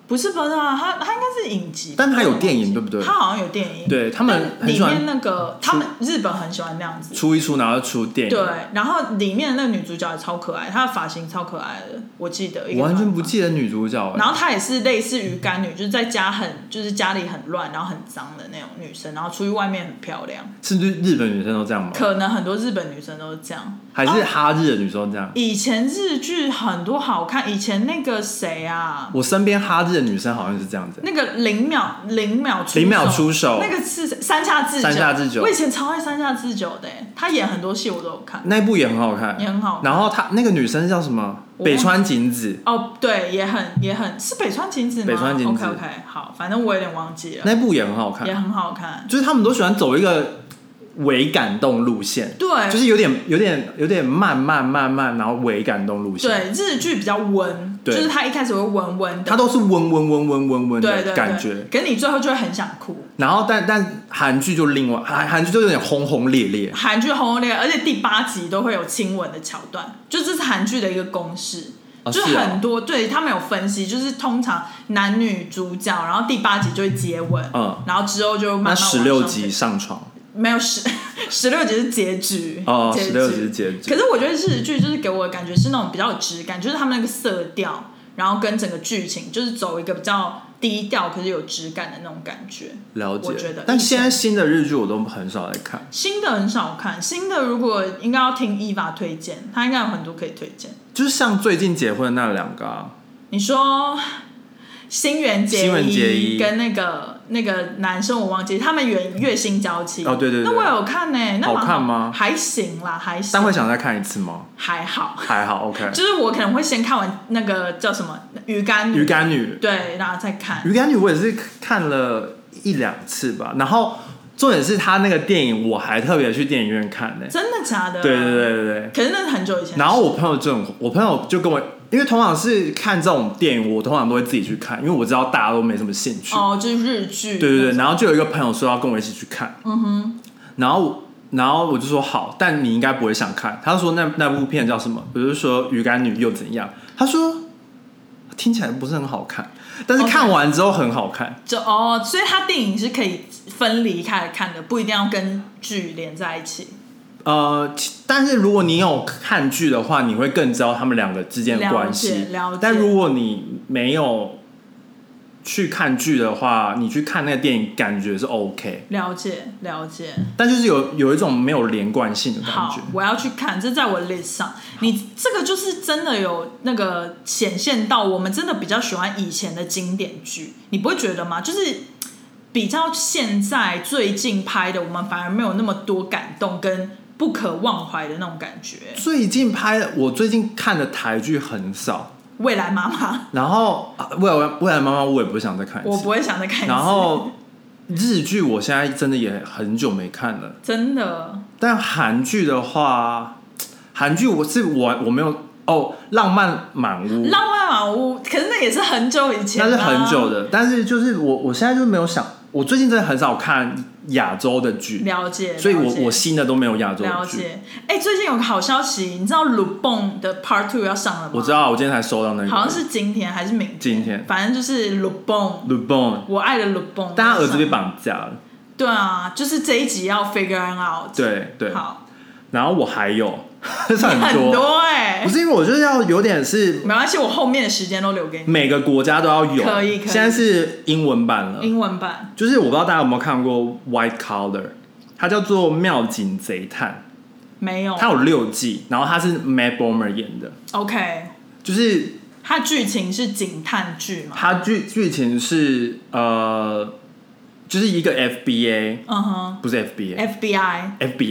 不是不是啊，它它应该是影集， 但它有电影对不对？ 它好像有电影， 对他们很里喜欢面那个他们日本很喜欢那样子出一出，然后出电影。 对，然后里面的那个女主角也超可爱，她的发型超可爱的，我记得。 我完全不记得女主角。 然后她也是类似鱼干女，就是在家很就是家里很乱，然后很脏的那种女生，然后出去外面很漂亮。 是不是日本女生都这样吗？ 可能很多日本女生都是这样， 还是哈日的女生都这样？ 以前日剧很多好看，以前那个谁啊？ 我身边哈日的女生好像是这样子。 那个零秒零秒出手零秒出手， 那个是山下智久。 山下智久， 我以前超爱山下智久的，他演很多戏我都有看， 那部也很好看， 也很好看。 然后他那个女生叫什么？北川景子。 哦，对，也很也很是北川景子吗？ 北川景子。 OK OK， 好，反正我有点忘记了。 那部也很好看， 也很好看。 就是他们都喜欢走一个伪感动路线， 对， 就是有点有点有点慢慢慢慢，然后伪感动路线。 对，日剧比较温，就是他一开始会温温的， 他都是温温温温温温的感觉， 对对对，可是你最后就会很想哭。 然后但但韩剧就另外韩韩剧就有点轰轰烈烈， 韩剧轰轰烈烈，而且第八集都会有亲吻的桥段，就这是韩剧的一个公式。 哦、 就很多、哦、对他们有分析，就是通常男女主角，然后第八集就会接吻，嗯，然后之后就慢慢往上。 那十六集上床没有十十六集是结局哦，十六集是结局。 可是我觉得日剧就是给我的感觉是那种比较有质感，就是他们那个色调，然后跟整个剧情就是走一个比较低调，可是有质感的那种感觉。 了解， 我觉得。 但现在新的日剧我都很少在看， 新的很少看，新的如果应该要听伊娃推荐，他应该有很多可以推荐。 就是像最近结婚的那两个啊， 你说新垣结衣跟那个那个男生我忘记，他们月月薪娇妻哦，对对对， 那我有看呢、欸，那好看吗？ 还行啦，还行。 但会想再看一次吗？ 还好， 还好 ，OK。 就是我可能会先看完那个叫什么鱼干女， 鱼干女， 对，然后再看鱼干女。我也是看了一两次吧，然后重点是他那个电影，我还特别去电影院看呢、欸。 真的假的？ 对对对对对。 可是那是很久以前。 然后我朋友就很，我朋友就跟我。因为通常是看这种电影，我通常都会自己去看，因为我知道大家都没什么兴趣。 哦，就是日剧。 对对对，然后就有一个朋友说要跟我一起去看， 嗯哼， 然后然后我就说好，但你应该不会想看。他说那那部片叫什么？我就说鱼干女又怎样？他说听起来不是很好看，但是看完之后很好看。 Okay. 就哦，所以他电影是可以分离开来看的，不一定要跟剧连在一起。 呃，但是如果你有看剧的话，你会更知道他们两个之间的关系。 了解。 但如果你没有去看剧的话，你去看那个电影，感觉是 OK。 了解，了解。 但就是有有一种没有连贯性的感觉。 好，我要去看，这在我的 list 上。你这个就是真的有那个显现到，我们真的比较喜欢以前的经典剧，你不会觉得吗？就是。比较现在最近拍的，我们反而没有那么多感动跟不可忘怀的那种感觉。 最近拍的，我最近看的台剧很少。 未来妈妈， 然后未来未来妈妈，我也不想再看一次。 我不会想再看一次。 然后日剧，我现在真的也很久没看了， 真的。 但韩剧的话，韩剧我是我我没有哦，浪漫满屋， 浪漫满屋，可是那也是很久以前、啊， 那是很久的。但是就是我我现在就没有想。我最近真的很少看亚洲的剧， 了解， 所以我我新的都没有亚洲的剧。 了解，哎、欸，最近有个好消息，你知道《鲁蹦》的 Part Two 要上了吗？ 我知道，我今天才收到那个， 好像是今天还是明天？ 今天， 反正就是《鲁蹦》， 鲁蹦， 我爱的鲁蹦， 但他儿子被绑架了。 对啊，就是这一集要 figure out。 对对， 好。 然后我还有，这是很多， 很多哎、欸， 不是因为我就是要有点是， 没关系，我后面的时间都留给你。 每个国家都要有， 可以可以。 现在是英文版了， 英文版就是我不知道大家有没有看过《White Collar》，它叫做《妙警贼探》， 没有， 它有六季，然后它是 Matt Bomer 演的 ，OK， 就是它剧情是警探剧嘛？ 它剧剧情是呃。就是一个 F B A， 嗯哼， 不是 F B A，F B I，F B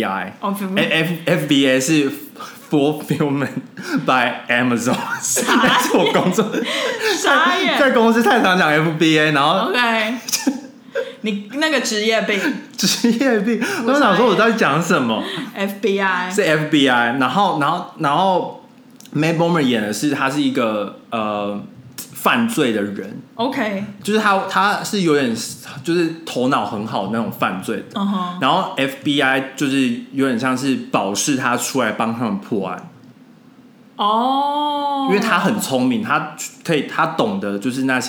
I，F F B A 是 Fulfillment by Amazon， 傻是我工作， 傻眼， 在公司太常讲 F B A， 然后 OK， 你那个职业病， 职业病，我想说我在讲什么 ？F B I 是 F B I， 然后然后然后 Matt Bomer 演的是他是一个呃。犯罪的人 ，OK， 就是他，他是有点就是头脑很好的那种犯罪的， uh-huh. 然后 F B I 就是有点像是保释他出来帮他们破案， 哦、oh. 因为他很聪明，他可以他懂得就是那些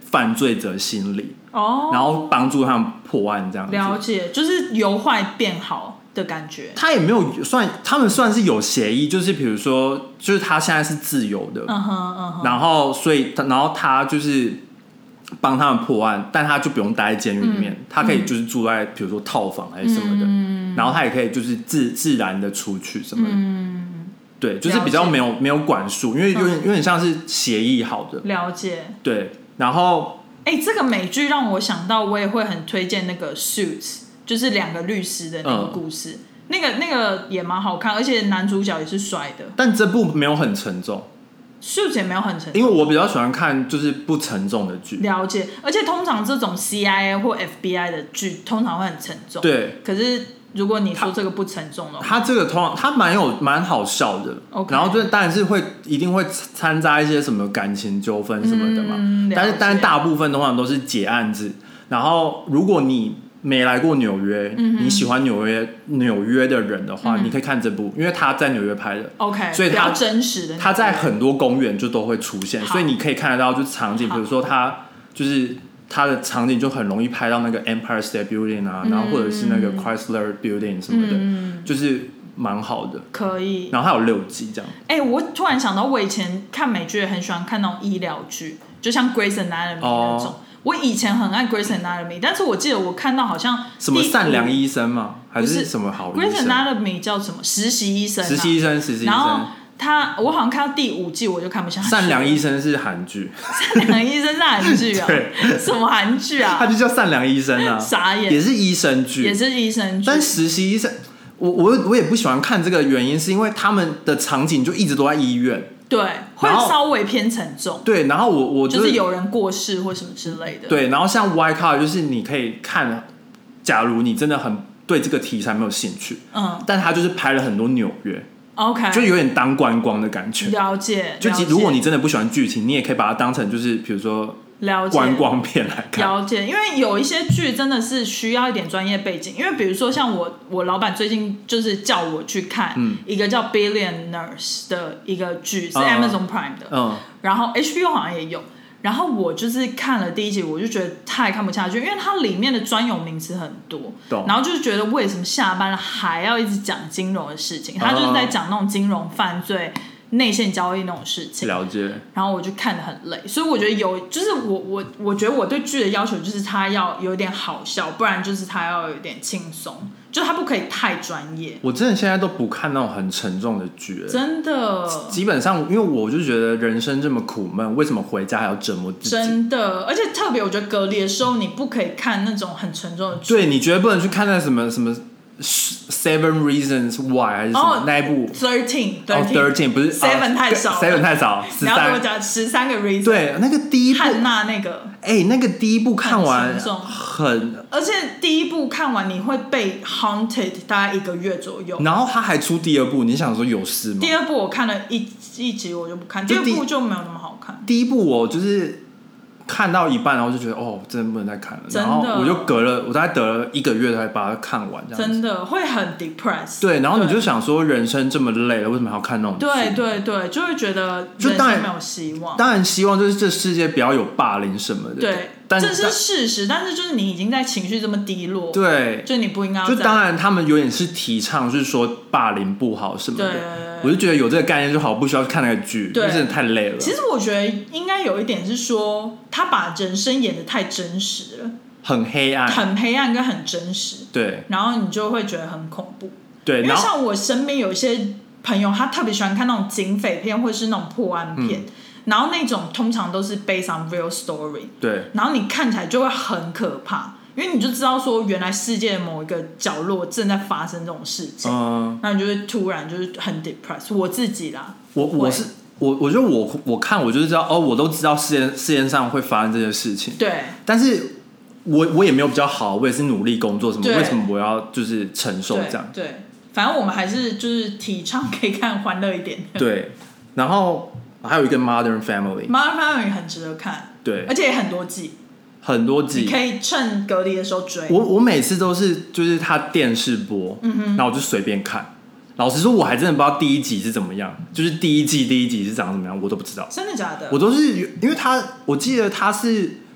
犯罪者心理， 哦， 然后帮助他们破案这样子。 了解，就是由坏变好的感觉。 他也没有算，他们算是有协议，就是比如说，就是他现在是自由的， 嗯哼嗯哼， 然后所以然后他就是帮他们破案，但他就不用待在监狱里面，嗯、他可以就是住在比如说套房还是什么的，嗯、然后他也可以就是自自然的出去什么的。嗯对，就是比较没有没有管束，因为有点有点像是协议好的。 了解。 对，然后， 哎、欸，这个美剧让我想到，我也会很推荐那个《Suits》，就是两个律师的那个故事，嗯、那个那个也蛮好看，而且男主角也是帅的。 但这部没有很沉重。 Suits 也没有很沉重， 因为我比较喜欢看就是不沉重的剧。 了解，而且通常这种 C I A 或 F B I 的剧通常会很沉重。 对， 可是。如果你说这个不沉重的话， 他这个通常他蛮有蛮好笑的， okay. 然后就当然是会一定会掺杂一些什么感情纠纷什么的嘛，嗯、但是但是大部分通常都是解案子。然后如果你没来过纽约，嗯、你喜欢纽约纽约的人的话，嗯、你可以看这部，因为他在纽约拍的 ，OK， 所以他比较真实的， 他在很多公园就都会出现，所以你可以看得到就是场景，比如说他就是他的场景就很容易拍到那个 Empire State Building 啊，嗯、然后或者是那个 Chrysler Building 什么的，嗯、就是蛮好的， 可以。 然后还有六集这样。 哎、欸，我突然想到，我以前看美剧也很喜欢看那种医疗剧，就像 Grey's Anatomy 那种。哦我以前很爱 Grey's Anatomy， 但是我记得我看到好像什么善良医生吗？还是什么好医生 ？Grey's Anatomy 叫什么？实习医生、啊。 实习医生，实习医生。 然后他，我好像看到第五季我就看不下去。 善良医生是韩剧。 善良医生是韩剧啊？ 对， 什么韩剧啊？ 他就叫善良医生啊。 傻眼。 也是医生剧， 也是医生剧。 但实习医生，我我我也不喜欢看这个原因，是因为他们的场景就一直都在医院。 对，会稍微偏沉重。 对，然后我我、 就是、就是有人过世或什么之类的。 对，然后像 White Collar 就是你可以看，假如你真的很对这个题材没有兴趣，嗯，但他就是拍了很多纽约 ，OK， 就有点当观光的感觉。 了解。 就如果你真的不喜欢剧情，你也可以把它当成就是比如说。 了解观光片来看， 了解，因为有一些剧真的是需要一点专业背景，因为比如说像我，我老板最近就是叫我去看一个叫《Billionaires》的一个剧，是 Amazon Prime 的，嗯，然后 H B O 好像也有，然后我就是看了第一集，我就觉得太看不下去，因为它里面的专有名词很多，然后就是觉得为什么下班了还要一直讲金融的事情，他就是在讲那种金融犯罪。内线交易那种事情， 了解。 然后我就看得很累，所以我觉得有，就是我我我觉得我对剧的要求就是它要有点好笑，不然就是它要有点轻松，就它不可以太专业。 我真的现在都不看那种很沉重的剧， 真的。 基本上，因为我就觉得人生这么苦闷，为什么回家还要折磨自己？ 真的，而且特别我觉得隔离的时候，你不可以看那种很沉重的剧。 对，你绝对不能去看那什么什么。Seven Reasons Why 还是什么、oh, 那一部 Thirteen 哦 Thirteen 不是 Seven、uh, 太少 Seven 太少你要跟我讲十三个 Reasons 对那个第一部汉娜那个哎、欸、那个第一部看完很, 很而且第一部看完你会被 haunted 大概一个月左右， 然后他还出第二部，你想说有事吗？ 第二部我看了一一集我就不看，第二部就没有那么好看。 第一部我就是看到一半，然后就觉得哦，真的不能再看了。然后我就隔了，我大概得了一个月才把它看完，这样子真的会很 depressed。 对，然后你就想说，人生这么累了，为什么还要看那种剧？ 对对对，就会觉得人生没有希望。 当然希望就是这世界不要有霸凌什么的， 对， 但这是事实。但是就是你已经在情绪这么低落， 对， 就你不应该。 就当然他们有点是提倡，就是说霸凌不好什么的。 对。 我就觉得有这个概念就好，不需要看那个剧，真的太累了。 其实我觉得应该有一点是说，他把人生演得太真实了， 很黑暗， 很黑暗跟很真实。 对， 然后你就会觉得很恐怖。 对， 因为像我身边有一些朋友，他特别喜欢看那种警匪片或是那种破案片，嗯、然后那种通常都是 based on real story。 对， 然后你看起来就会很可怕。因为你就知道说，原来世界的某一个角落正在发生这种事情，嗯，那你就会突然就是很 depressed。我自己啦， 我我是我，我觉得我我看我就是知道哦，我都知道世界世界上会发生这些事情， 对。但是我我也没有比较好，我也是努力工作什么，为什么我要就是承受这样？ 对，对反正我们还是就是提倡可以看欢乐一点的。 对，然后还有一个 Modern Family，Modern Family 很值得看， 对， 而且也很多季。 很多集， 你可以趁隔离的时候追。 我我每次都是就是他电视播，嗯哼，然后我就随便看。老实说，我还真的不知道第一集是怎么样，就是第一季第一集是长怎么样，我都不知道。 真的假的？ 我都是因为他，我记得他是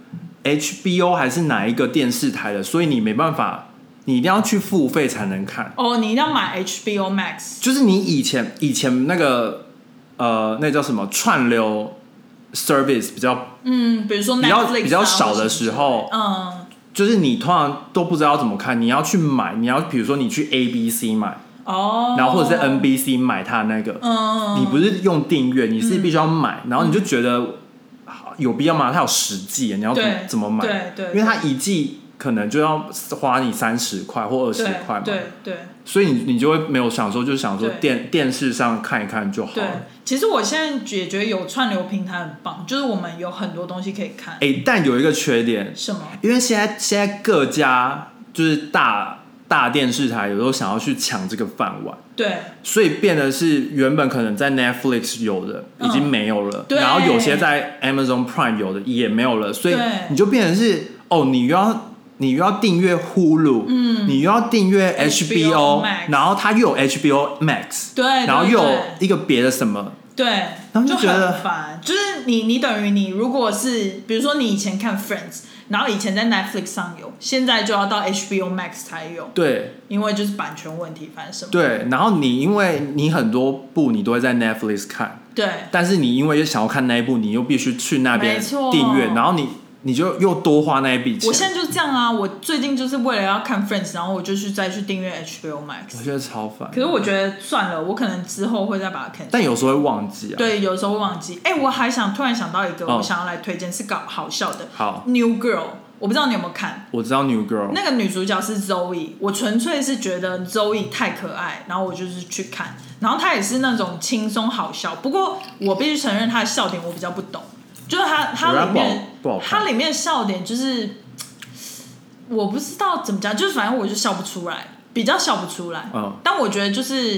H B O 还是哪一个电视台的，所以你没办法，你一定要去付费才能看。 哦，你一定要买 H B O Max， 就是你以前以前那个呃，那叫什么串流 service 比较嗯，比如说 Netflix 比较啊比较少的时候， 嗯。 就是你通常都不知道怎么看，你要去买，你要比如说你去 A B C 买， 哦， 然后或者是 N B C 买它那个， 嗯， 你不是用订阅，你是必须要买，嗯、然后你就觉得有必要吗？它有十季，你要怎么买？ 对 对, 对， 因为它一季可能就要花你三十块或二十块嘛， 对 对, 对，所以你你就会没有想说，就是想说电电视上看一看就好了。 对，其实我现在也觉得有串流平台很棒，就是我们有很多东西可以看。 哎、欸，但有一个缺点， 什么？ 因为现在现在各家就是大大电视台有时候想要去抢这个饭碗， 对， 所以变得是原本可能在 Netflix 有的已经没有了， 嗯、 然后有些在 Amazon Prime 有的也没有了，所以你就变成是哦，你又要你又要订阅 Hulu， 嗯，你又要订阅 H B O， 然后它又有 H B O Max， 对， 然后又有一个别的什么， 对， 然后就觉得很烦。就是你你等于你如果是比如说你以前看 Friends， 然后以前在 Netflix 上有，现在就要到 H B O Max 才有， 对， 因为就是版权问题，反正什么对。然后你因为你很多部你都会在 Netflix 看， 对， 但是你因为想要看那一部，你又必须去那边订阅，然后你。你就又多花那一笔钱。 我现在就是这样啊！我最近就是为了要看 Friends， 然后我就去再去订阅 H B O Max。 我觉得超烦。 可是我觉得算了，我可能之后会再把它看。 但有时候会忘记啊。 对，有时候会忘记。哎、欸，我还想突然想到一个，我想要来推荐，是搞好笑的。 好 ，New Girl， 我不知道你有没有看。 我知道 New Girl。 那个女主角是 Zoe， 我纯粹是觉得 Zoe 太可爱，然后我就是去看。然后她也是那种轻松好笑，不过我必须承认她的笑点我比较不懂。就是它，它里面，它里面的笑点就是，我不知道怎么讲，就是反正我就笑不出来，比较笑不出来。嗯，但我觉得就是，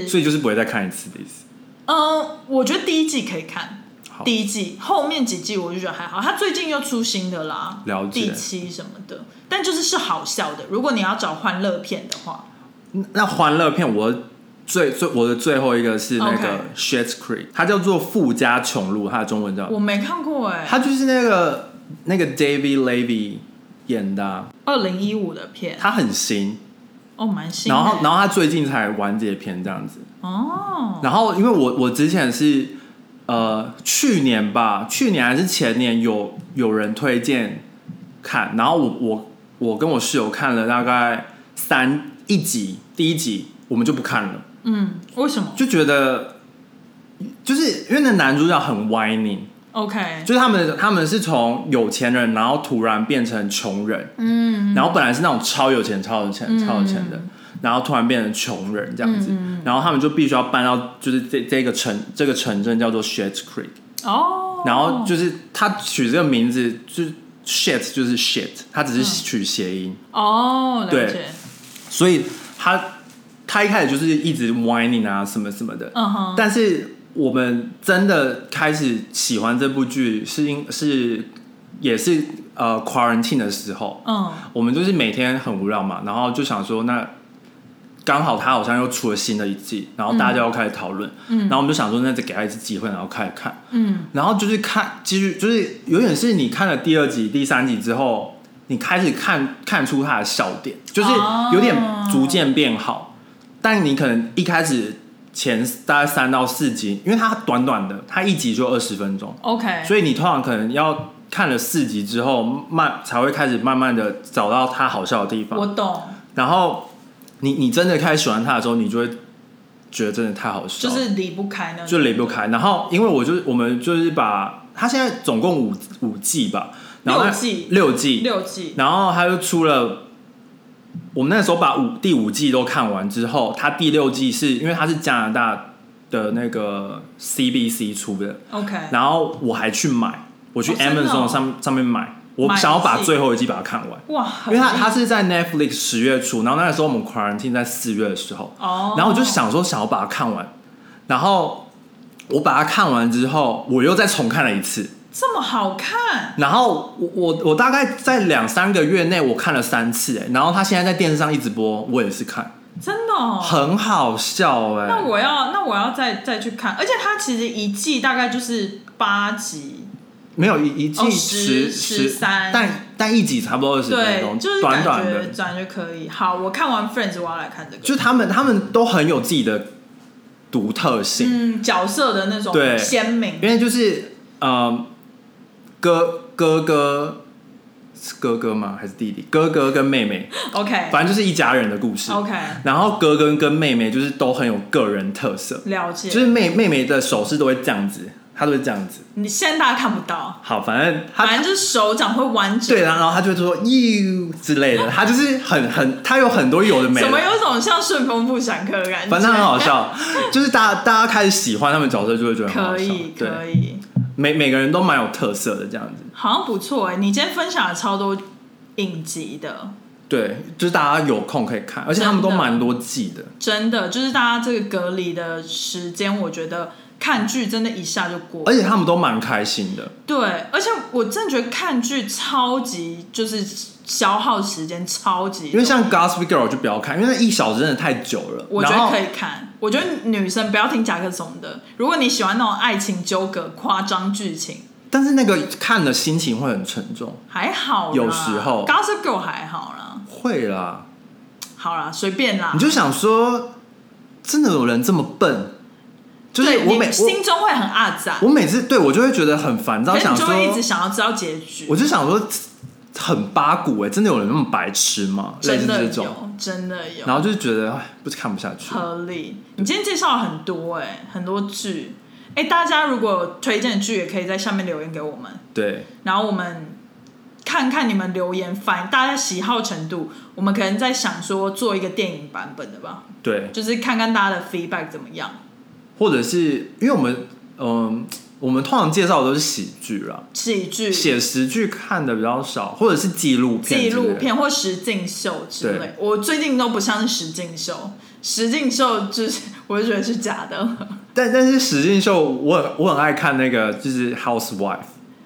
所以就是不会再看一次的意思。 嗯，我觉得第一季可以看，第一季后面几季我就觉得还好。他最近又出新的啦， 了解， 第七什么的，但就是是好笑的。如果你要找欢乐片的话， 那欢乐片我。最最我的最后一个是那个 Schitt's Creek， 它叫做富家穷路，它的中文叫我没看过哎、欸， 它就是那个那个 David Levy 演的， 二零一五的片， 它很新哦，蛮新的。 然后然后它最近才完结篇这样子哦。 然后因为我我之前是呃去年吧，去年还是前年有有人推荐看，然后我我我跟我室友看了大概三一集，第一集我们就不看了。 嗯，为什么？ 就觉得，就是因为那男主角很歪拧 ，OK， 就是他们他们是从有钱人，然后突然变成穷人，嗯，然后本来是那种超有钱、超有钱、嗯、超有钱的，然后突然变成穷人这样子，嗯、然后他们就必须要搬到就是这这个城这个城镇叫做 Schitt's Creek， 哦， 然后就是他取这个名字就是 shit 就是 shit， 他只是取谐音， 嗯、哦，了解， 对，所以他。他一开始就是一直 whining 啊什么什么的，嗯哼。但是我们真的开始喜欢这部剧，是因是也是呃 quarantine 的时候，嗯，我们就是每天很无聊嘛，然后就想说，那刚好他好像又出了新的一季，然后大家就要开始讨论，嗯，然后我们就想说，那再给他一次机会，然后开始看，嗯，然后就是看，继续就是有点是你看了第二集、第三集之后，你开始看看出他的笑点，就是有点逐渐变好。但你可能一开始前大概三到四集，因为它短短的，它一集就二十分钟 ，OK， 所以你通常可能要看了四集之后，慢才会开始慢慢的找到它好笑的地方。 我懂。 然后你你真的开始喜欢它的时候，你就会觉得真的太好笑， 就是离不开那， 就离不开。然后因为我就我们就是把它现在总共五五季吧，然后六季六季六季， 然后它就出了。我们那时候把五第五季都看完之后，它第六季是因为它是加拿大的那个 C B C 出的 ，OK， 然后我还去买，我去 Amazon 上、哦、上面买，我想要把最后一季把它看完。 哇， 因为它它是在 Netflix 十月出，然后那个时候我们 quarantine 在四月的时候，哦，然后我就想说想要把它看完，然后我把它看完之后，我又再重看了一次。 这么好看， 然后我我我大概在两三个月内我看了三次哎，然后他现在在电视上一直播，我也是看， 真的、哦、 很好笑哎。 那我要那我要再再去看，而且它其实一季大概就是八集， 没有一一季十十三， 但但一集差不多二十分钟， 就是短短的， 感觉可以。好，我看完 Friends， 我要来看这个。 就他们他们都很有自己的独特性， 嗯，角色的那种鲜明。 因为就是呃，哥哥哥是哥哥吗？还是弟弟？哥哥跟妹妹 ，OK， 反正就是一家人的故事 ，OK。 然后哥哥跟妹妹就是都很有个人特色， 了解。 就是妹妹妹的手势都会这样子。他都会这样子， 你现在大家看不到。 好，反正他反正就是手掌会弯着， 对，然后他就会说 you 之类的，他就是很很，他有很多有的没的， 怎么有一种像顺丰妇产科的感觉？ 反正很好笑，就是大家大家开始喜欢他们角色，就会觉得很好笑， 可以可以， 每每个人都蛮有特色的这样子， 好像不错哎。你今天分享了超多影集的， 对，就是大家有空可以看，而且他们都蛮多季的， 真的就是大家这个隔离的时间，我觉得。看剧真的一下就过， 而且他们都蛮开心的。 对，而且我真的觉得看剧超级就是消耗时间，超级。 因为像《Gossip Girl》就不要看，因为那一小时真的太久了。 我觉得可以看，我觉得女生不要听甲壳虫的。如果你喜欢那种爱情纠葛、夸张剧情， 但是那个看的心情会很沉重。 还好啦， 有时候《 Gossip Girl》还好啦。 会啦， 好啦，随便啦。 你就想说，真的有人这么笨？就是我每心中会很阿杂， 我每次对我就会觉得很烦，你知道想说， 就会一直想要知道结局。 我就想说，很八股哎、欸，真的有人那么白痴吗？ 真的类似这种， 有，真的有。 然后就是觉得哎，不是看不下去。 合理。你今天介绍了很多哎、欸，很多剧哎、欸，大家如果有推荐的剧，也可以在下面留言给我们。 对， 然后我们看看你们留言反大家喜好程度，我们可能在想说做一个电影版本的吧。 对， 就是看看大家的 feedback 怎么样。 或者是因为我们嗯、呃，我们通常介绍的都是喜剧啦， 喜剧、 写实剧看的比较少，或者是纪录片、 纪录片或实境秀之类。我最近都不像是实境秀，实境秀就是我就觉得是假的。 但但是实境秀我很我很爱看那个就是 Housewife。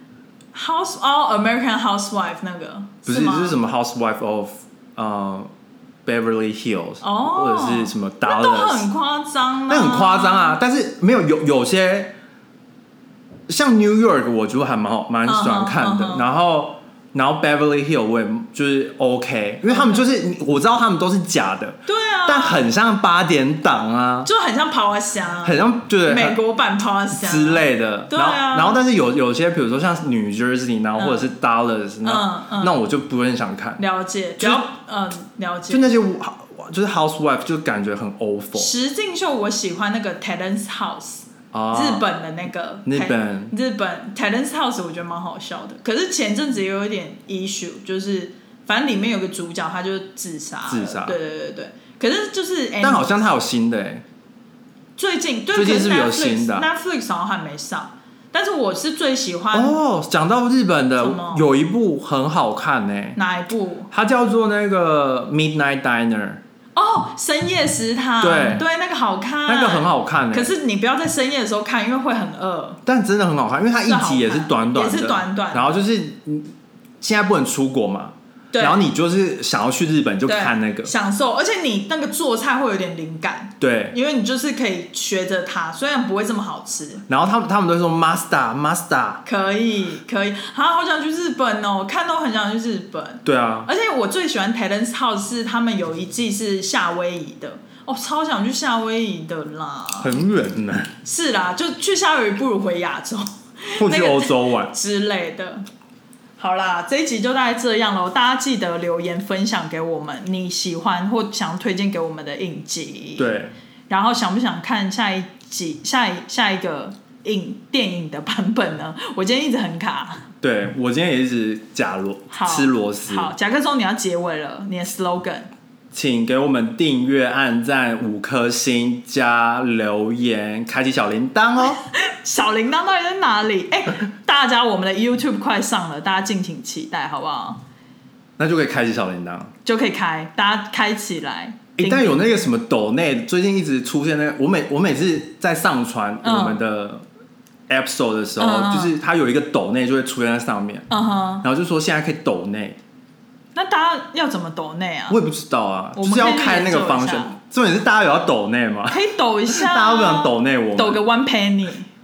House oh American Housewife 那个不是就是什么 Housewife of 呃。Beverly Hills，、哦、或者是什么 Dallas， 那都很夸张、啊， 那很夸张啊！但是没有有有些像 New York， 我觉得还蛮好蛮喜欢看的。Uh-huh, uh-huh. 然后然后 Beverly Hills 我也就是 OK， 因为他们就是、okay. 我知道他们都是假的， 对啊， 但很像八点档啊， 就很像跑啊香， 很像对美国版跑啊香之类的。 对啊， 然后然后但是有有些比如说像 New Jersey， 然后或者是 Dallas，、嗯、那、 嗯嗯、 那我就不会很想看。 了解，就嗯了解， 就那些就是 Housewife 就感觉很 awful。 实境秀我喜欢那个 Terrace House。 啊、 日本的那个日本日本 Terrace House 我觉得蛮好笑的，可是前阵子也有一点 issue， 就是反正里面有个主角他就自杀了， 自杀， 对对对对。可是就是， 但好像他有新的哎、欸， 最近对， 最近是不是有 Netflix, 新的、啊、 ？Netflix 好像还没上，但是我是最喜欢哦。讲到日本的，有一部很好看哎、欸， 哪一部？ 它叫做那个 Midnight Diner。 哦，深夜食堂， 对对，那个好看， 那个很好看、欸、 可是你不要在深夜的时候看，因为会很饿。 但真的很好看，因为它一集也是短短的， 也是短短的。 然后就是现在不能出国嘛，对，然后你就是想要去日本就看那个， 享受，而且你那个做菜会有点灵感， 对， 因为你就是可以学着它，虽然不会这么好吃。 然后他们他们都说 Master Master， 可以可以，好，好想去日本哦，看都很想去日本。 对啊， 而且我最喜欢 Terrace House 是他们有一季是夏威夷的，哦，超想去夏威夷的啦， 很远呢。 是啦，就去夏威夷不如回亚洲， 或去欧洲玩、那個、 之类的。好啦，这一集就大概这样咯，大家记得留言分享给我们你喜欢或想推荐给我们的影集， 对， 然后想不想看下一集下一下一个影电影的版本呢？我今天一直很卡， 对，我今天也一直假螺吃螺丝。 好，甲壳虫你要结尾了，你的 slogan， 请给我们订阅、按赞、五颗星加留言，开启小铃铛哦。 小铃铛到底在哪里？哎、欸，大家我们的 YouTube 快上了，大家敬请期待，好不好？ 那就可以开启小铃铛， 就可以开，大家开起来。 欸、但有那个什么抖内，最近一直出现那个，我每我每次在上传我们的 episode 的时候，嗯、就是它有一个抖内就会出现在上面，嗯哼，然后就说现在可以抖内。 那大家要怎么抖内啊？ 我也不知道啊，就是要开那个方向。重点是大家有要抖内吗？ 可以抖一下、啊， 大家不想抖内我们， 抖个 one penny。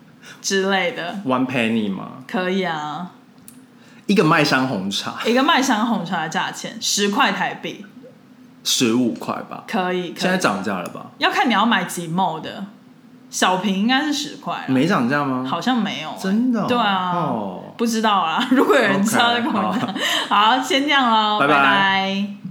之类的。 One penny 吗？ 可以啊。 一个麦香红茶， 一个麦香红茶的价钱十块台币， 十五块吧。 可以，可以。 现在涨价了吧？ 要看你要买几 ml 的，小瓶应该是十块。 没涨价吗？ 好像没有、欸。 真的、哦？ 对啊。 哦， 不知道啊。如果有人知道，再跟我讲。好，先这样喽，拜拜。